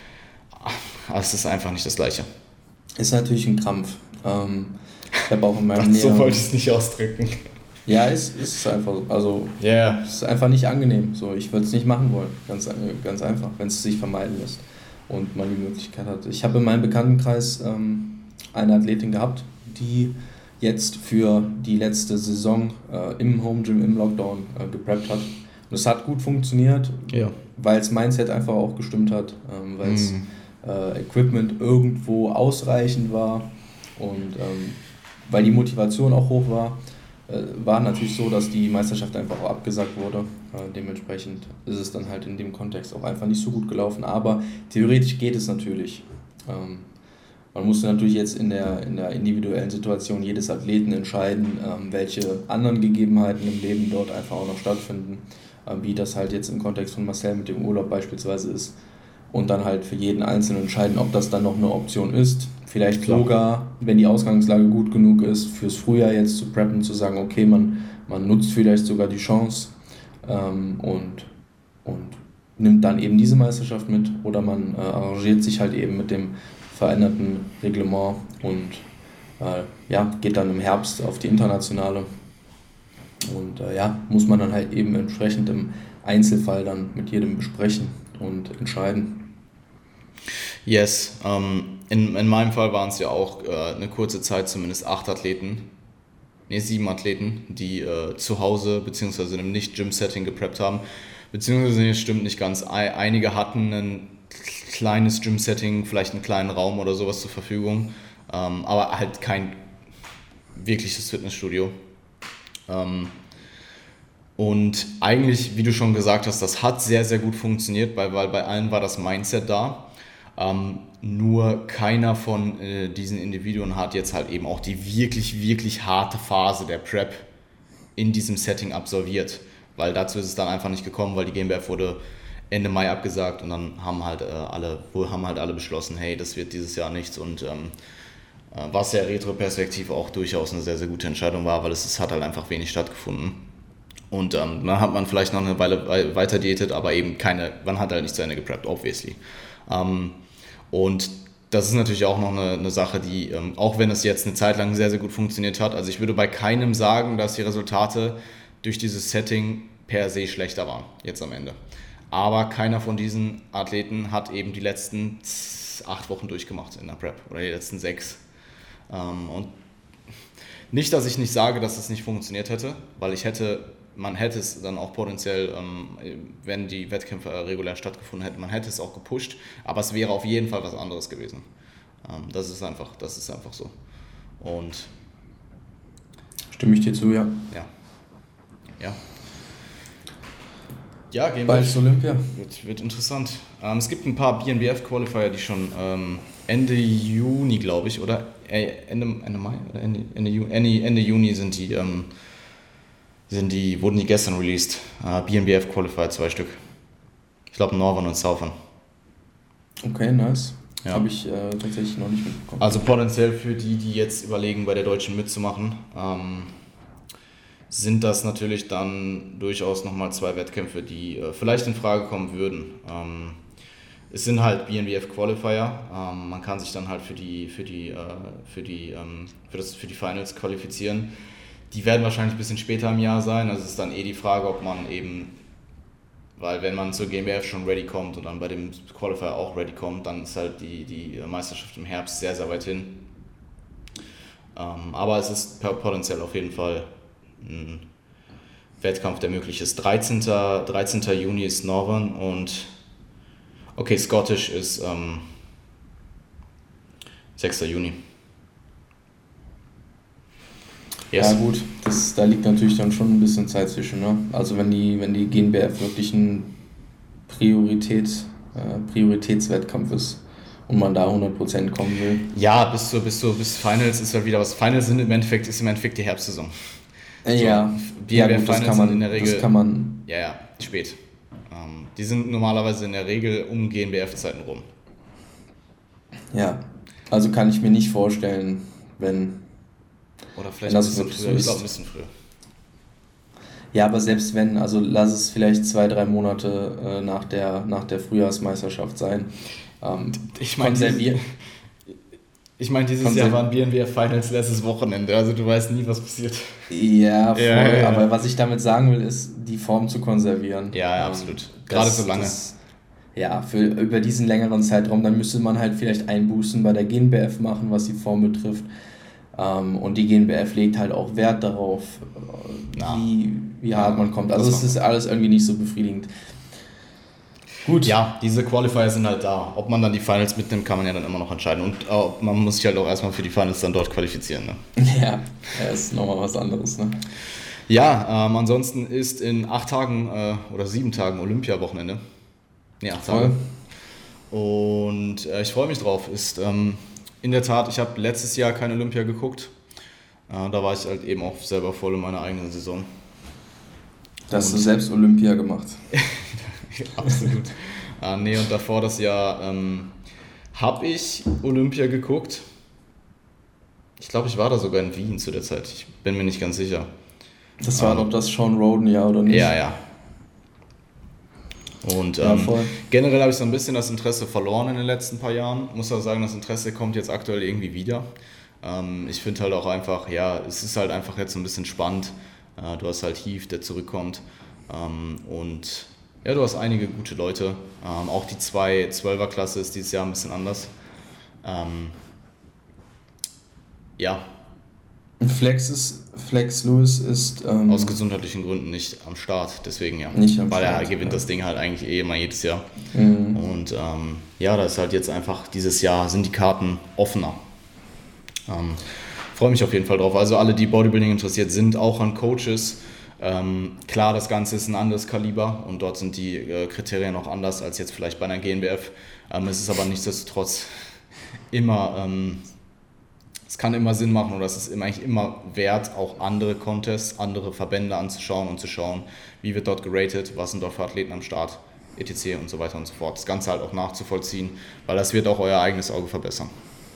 aber es ist einfach nicht das Gleiche. Ist natürlich ein Krampf. Ähm, ich habe auch in meinem Ach, so wollte ich es nicht ausdrücken. Ja, es ist einfach, also yeah. es ist einfach nicht angenehm. So, ich würde es nicht machen wollen, ganz, ganz einfach, wenn es sich vermeiden lässt und man die Möglichkeit hat. Ich habe in meinem Bekanntenkreis ähm, eine Athletin gehabt, die jetzt für die letzte Saison äh, im Home Gym, im Lockdown äh, gepreppt hat. Und es hat gut funktioniert, ja. weil das Mindset einfach auch gestimmt hat, ähm, weil das mm. äh, Equipment irgendwo ausreichend war und ähm, weil die Motivation auch hoch war. War natürlich so, dass die Meisterschaft einfach auch abgesagt wurde. Äh, dementsprechend ist es dann halt in dem Kontext auch einfach nicht so gut gelaufen. Aber theoretisch geht es natürlich. Ähm, man musste natürlich jetzt in der, in der individuellen Situation jedes Athleten entscheiden, ähm, welche anderen Gegebenheiten im Leben dort einfach auch noch stattfinden. Äh, wie das halt jetzt im Kontext von Marcel mit dem Urlaub beispielsweise ist. Und dann halt für jeden Einzelnen entscheiden, ob das dann noch eine Option ist. Vielleicht Klar. sogar, wenn die Ausgangslage gut genug ist, fürs Frühjahr jetzt zu preppen, zu sagen, okay, man, man nutzt vielleicht sogar die Chance ähm, und, und nimmt dann eben diese Meisterschaft mit oder man äh, arrangiert sich halt eben mit dem veränderten Reglement und äh, ja, geht dann im Herbst auf die internationale. Und äh, ja, muss man dann halt eben entsprechend im Einzelfall dann mit jedem besprechen und entscheiden. Yes, ähm, in, in meinem Fall waren es ja auch äh, eine kurze Zeit zumindest acht Athleten, ne sieben Athleten, die äh, zu Hause bzw. in einem Nicht-Gym-Setting gepreppt haben, beziehungsweise es stimmt nicht ganz, einige hatten ein kleines Gym-Setting, vielleicht einen kleinen Raum oder sowas zur Verfügung, ähm, aber halt kein wirkliches Fitnessstudio. Ähm, und eigentlich, wie du schon gesagt hast, das hat sehr, sehr gut funktioniert, weil, weil bei allen war das Mindset da. Ähm, nur keiner von äh, diesen Individuen hat jetzt halt eben auch die wirklich, wirklich harte Phase der Prep in diesem Setting absolviert, weil dazu ist es dann einfach nicht gekommen, weil die G m B F wurde Ende Mai abgesagt und dann haben halt, äh, alle, haben halt alle beschlossen, hey, das wird dieses Jahr nichts und ähm, äh, was ja retroperspektiv auch durchaus eine sehr, sehr gute Entscheidung war, weil es, es hat halt einfach wenig stattgefunden. Und ähm, dann hat man vielleicht noch eine Weile weiter diätet, aber eben keine, man hat halt nicht zu Ende gepreppt, obviously. Ähm, und das ist natürlich auch noch eine, eine Sache, die, ähm, auch wenn es jetzt eine Zeit lang sehr, sehr gut funktioniert hat, also ich würde bei keinem sagen, dass die Resultate durch dieses Setting per se schlechter waren, jetzt am Ende. Aber keiner von diesen Athleten hat eben die letzten acht Wochen durchgemacht in der Prep oder die letzten sechs. Ähm, und nicht, dass ich nicht sage, dass es nicht funktioniert hätte, weil ich hätte... Man hätte es dann auch potenziell, wenn die Wettkämpfe regulär stattgefunden hätten, man hätte es auch gepusht, aber es wäre auf jeden Fall was anderes gewesen. Das ist einfach, das ist einfach so. Und stimme ich dir zu, ja. Ja. Ja. Ja, gehen wir. Bald zu Olympia. Wird, wird interessant. Es gibt ein paar B N B F-Qualifier, die schon Ende Juni, glaube ich, oder Ende, Ende Mai oder Ende, Ende, Ende, Ende Juni sind die. Sind die, wurden die gestern released. Uh, B N B F Qualifier, zwei Stück. Ich glaube Northern und Southern. Okay, nice. Ja. Habe ich äh, tatsächlich noch nicht mitbekommen. Also potenziell für die, die jetzt überlegen, bei der Deutschen mitzumachen, ähm, sind das natürlich dann durchaus nochmal zwei Wettkämpfe, die äh, vielleicht in Frage kommen würden. Ähm, es sind halt B N B F Qualifier. Ähm, man kann sich dann halt für die, für die, äh, für die, ähm, für das, für die Finals qualifizieren. Die werden wahrscheinlich ein bisschen später im Jahr sein, also es ist dann eh die Frage, ob man eben, weil wenn man zur G m B F schon ready kommt und dann bei dem Qualifier auch ready kommt, dann ist halt die, die Meisterschaft im Herbst sehr, sehr weit hin. Ähm, aber es ist potenziell auf jeden Fall ein Wettkampf, der möglich ist. dreizehnten Juni ist Northern und Okay, Scottish ist ähm, sechster Juni. Yes. Ja gut, das, da liegt natürlich dann schon ein bisschen Zeit zwischen. Ne? Also wenn die, wenn die G N B F wirklich ein Priorität, äh, Prioritätswettkampf ist und man da hundert Prozent kommen will. Ja, bis zu, bis zu bis Finals ist halt wieder was. Finals sind im Endeffekt, ist im Endeffekt die Herbstsaison. So, ja, die ja gut, Finals das kann man, in der Regel, das kann man. Ja, ja, spät. Ähm, die sind normalerweise in der Regel um G N B F-Zeiten rum. Ja, also kann ich mir nicht vorstellen, wenn... Oder vielleicht ein bisschen früher, ich glaube ein bisschen früher. Ja, aber selbst wenn, also lass es vielleicht zwei, drei Monate äh, nach, der, nach der Frühjahrsmeisterschaft sein. Ähm, ich meine, dieses, ich mein, dieses Jahr waren B N B F Finals letztes Wochenende, also du weißt nie, was passiert. Ja, voll, ja, ja, ja. Aber was ich damit sagen will, ist, die Form zu konservieren. Ja, ja, absolut. Gerade so lange. Das, ja, für über diesen längeren Zeitraum, dann müsste man halt vielleicht Einbußen bei der G N B F machen, was die Form betrifft. Um, und die G N B F legt halt auch Wert darauf, wie, wie hart man kommt. Also es ist alles irgendwie nicht so befriedigend. Gut. Ja, diese Qualifier sind halt da. Ob man dann die Finals mitnimmt, kann man ja dann immer noch entscheiden. Und uh, man muss sich halt auch erstmal für die Finals dann dort qualifizieren. Ne? Ja, das ist nochmal was anderes. Ne? Ja, ähm, ansonsten ist in acht Tagen äh, oder sieben Tagen Olympia-Wochenende. Ne, acht Tage. Und äh, ich freue mich drauf. Ist... Ähm, In der Tat, ich habe letztes Jahr kein Olympia geguckt. Äh, da war ich halt eben auch selber voll in meiner eigenen Saison. Da hast du selbst Olympia gemacht. Absolut. äh, nee, und davor das Jahr ähm, habe ich Olympia geguckt. Ich glaube, ich war da sogar in Wien zu der Zeit. Ich bin mir nicht ganz sicher. Das war ähm, doch das Sean Roden-Jahr, oder nicht? Ja, ja. Und ähm, ja, generell habe ich so ein bisschen das Interesse verloren in den letzten paar Jahren. Muss auch sagen, das Interesse kommt jetzt aktuell irgendwie wieder. Ähm, ich finde halt auch einfach, ja, es ist halt einfach jetzt so ein bisschen spannend. Äh, du hast halt Heath, der zurückkommt. Ähm, und ja, du hast einige gute Leute. Ähm, auch die zwei Zwölfer-Klasse ist dieses Jahr ein bisschen anders. Ähm, ja. Flex ist, Flex Lewis ist... Ähm, aus gesundheitlichen Gründen nicht am Start, deswegen ja. Nicht am Weil Start, er gewinnt ja. das Ding halt eigentlich eh immer jedes Jahr. Mhm. Und ähm, ja, das ist halt jetzt einfach, dieses Jahr sind die Karten offener. Ähm, freue mich auf jeden Fall drauf. Also alle, die Bodybuilding interessiert sind, auch an Coaches. Ähm, klar, das Ganze ist ein anderes Kaliber und dort sind die äh, Kriterien auch anders als jetzt vielleicht bei einer G N B F. Ähm, es ist aber nichtsdestotrotz immer... Ähm, Es kann immer Sinn machen oder es ist eigentlich immer wert, auch andere Contests, andere Verbände anzuschauen und zu schauen, wie wird dort geratet, was sind dort für Athleten am Start, et cetera und so weiter und so fort. Das Ganze halt auch nachzuvollziehen, weil das wird auch euer eigenes Auge verbessern.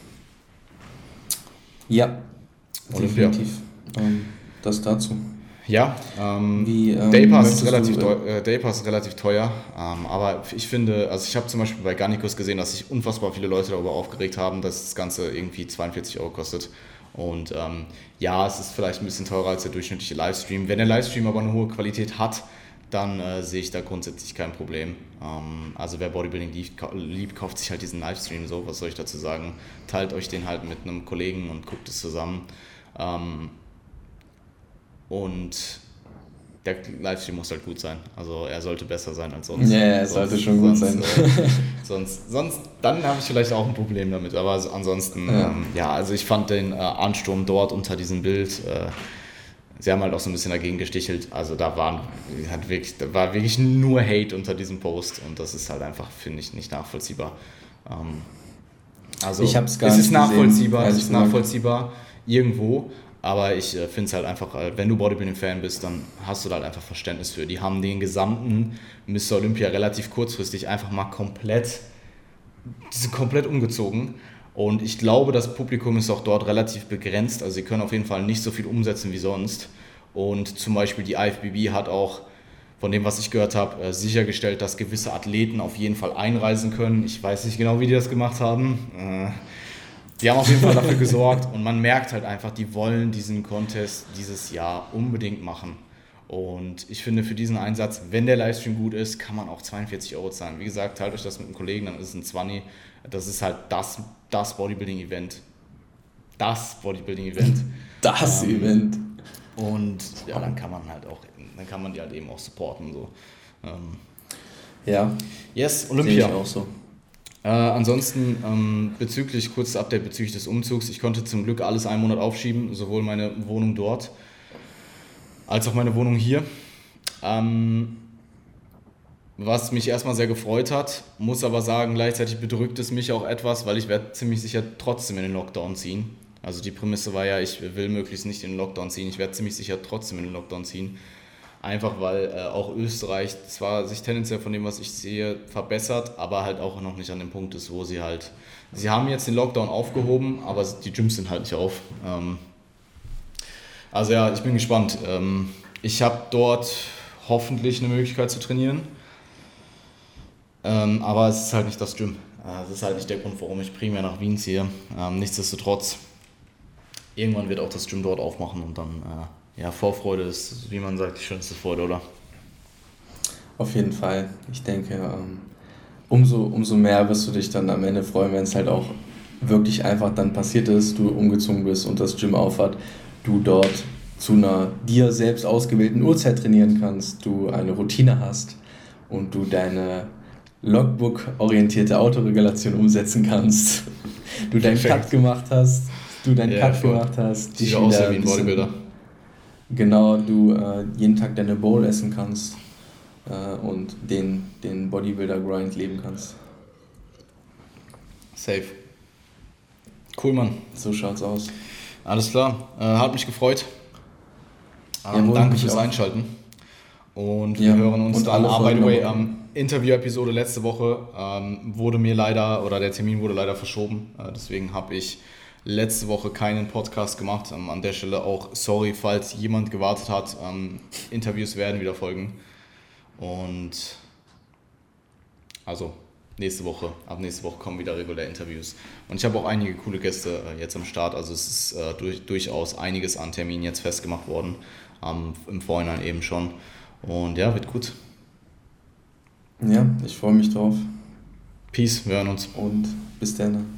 Ja, Olympia. Definitiv. Ähm, das dazu. Ja, ähm, Wie, ähm, Daypass ist relativ, teuer, äh, Daypass ist relativ teuer, ähm, aber ich finde, also ich habe zum Beispiel bei Garnicus gesehen, dass sich unfassbar viele Leute darüber aufgeregt haben, dass das Ganze irgendwie zweiundvierzig Euro kostet. Und ähm, ja, es ist vielleicht ein bisschen teurer als der durchschnittliche Livestream. Wenn der Livestream aber eine hohe Qualität hat, dann äh, sehe ich da grundsätzlich kein Problem. Ähm, also wer Bodybuilding liebt, liebt, kauft sich halt diesen Livestream, so, was soll ich dazu sagen? Teilt euch den halt mit einem Kollegen und guckt es zusammen. Ähm, Und der Livestream muss halt gut sein. Also er sollte besser sein als sonst. Ja, yeah, es sollte schon gut sonst, sein. Äh, sonst, sonst, dann habe ich vielleicht auch ein Problem damit. Aber also ansonsten, ja. Ähm, ja, also ich fand den äh, Ansturm dort unter diesem Bild, äh, sie haben halt auch so ein bisschen dagegen gestichelt. Also da, waren, hat wirklich, da war wirklich nur Hate unter diesem Post. Und das ist halt einfach, finde ich, nicht nachvollziehbar. Ähm, also ich hab's gar es nicht ist nachvollziehbar, gesehen, es ist nachvollziehbar irgendwo. Aber ich äh, finde es halt einfach, äh, wenn du Bodybuilding-Fan bist, dann hast du da halt einfach Verständnis für. Die haben den gesamten Mister Olympia relativ kurzfristig einfach mal komplett, die sind komplett umgezogen. Und ich glaube, das Publikum ist auch dort relativ begrenzt. Also sie können auf jeden Fall nicht so viel umsetzen wie sonst. Und zum Beispiel die I F B B hat auch, von dem, was ich gehört habe, äh, sichergestellt, dass gewisse Athleten auf jeden Fall einreisen können. Ich weiß nicht genau, wie die das gemacht haben. Äh, Die haben auf jeden Fall dafür gesorgt und man merkt halt einfach, die wollen diesen Contest dieses Jahr unbedingt machen. Und ich finde, für diesen Einsatz, wenn der Livestream gut ist, kann man auch zweiundvierzig Euro zahlen. Wie gesagt, teilt euch das mit einem Kollegen, dann ist es ein zwanzig. Das ist halt das, das Bodybuilding-Event. Das Bodybuilding-Event. Das ähm, Event. Und ja, dann kann man halt auch, dann kann man die halt eben auch supporten. So. Ähm, Ja. Yes, Olympia. Sehe ich auch so. Äh, ansonsten ähm, bezüglich, kurzes Update bezüglich des Umzugs. Ich konnte zum Glück alles einen Monat aufschieben, sowohl meine Wohnung dort als auch meine Wohnung hier. Ähm, was mich erstmal sehr gefreut hat, muss aber sagen, gleichzeitig bedrückt es mich auch etwas, weil ich werde ziemlich sicher trotzdem in den Lockdown ziehen. Also die Prämisse war ja, ich will möglichst nicht in den Lockdown ziehen, ich werde ziemlich sicher trotzdem in den Lockdown ziehen. Einfach weil äh, auch Österreich zwar sich tendenziell von dem, was ich sehe, verbessert, aber halt auch noch nicht an dem Punkt ist, wo sie halt... Sie haben jetzt den Lockdown aufgehoben, aber die Gyms sind halt nicht auf. Ähm, also ja, ich bin gespannt. Ähm, ich habe dort hoffentlich eine Möglichkeit zu trainieren, ähm, aber es ist halt nicht das Gym. Das ist halt nicht der Grund, warum ich primär nach Wien ziehe. Ähm, nichtsdestotrotz, irgendwann wird auch das Gym dort aufmachen und dann... Äh, Ja, Vorfreude ist, wie man sagt, die schönste Freude, oder? Auf jeden Fall. Ich denke, ähm, umso, umso mehr wirst du dich dann am Ende freuen, wenn es halt auch wirklich einfach dann passiert ist, du umgezogen bist und das Gym aufhat, du dort zu einer dir selbst ausgewählten Uhrzeit trainieren kannst, du eine Routine hast und du deine Logbook-orientierte Autoregulation umsetzen kannst, du deinen Perfekt. Cut gemacht hast, du deinen Ja, Cut voll. gemacht hast, Sieht aus wie ein Bodybuilder. Genau, du äh, jeden Tag deine Bowl essen kannst äh, und den, den Bodybuilder-Grind leben kannst. Safe. Cool, Mann. So schaut's aus. Alles klar. Äh, hat mich gefreut. Ähm, Jawohl, danke mich fürs auch. Einschalten. Und Ja, wir hören uns und dann. alle Ah, by the Folgen way, noch- ähm, Interview-Episode letzte Woche ähm, wurde mir leider, oder der Termin wurde leider verschoben. Äh, deswegen habe ich letzte Woche keinen Podcast gemacht. Ähm, an der Stelle auch sorry, falls jemand gewartet hat. Ähm, Interviews werden wieder folgen. Und also nächste Woche, ab nächste Woche kommen wieder regulär Interviews. Und ich habe auch einige coole Gäste äh, jetzt am Start. Also es ist äh, durch, durchaus einiges an Terminen jetzt festgemacht worden. Ähm, im Vorhinein eben schon. Und ja, wird gut. Ja, ich freue mich drauf Peace, wir hören uns. und bis dann.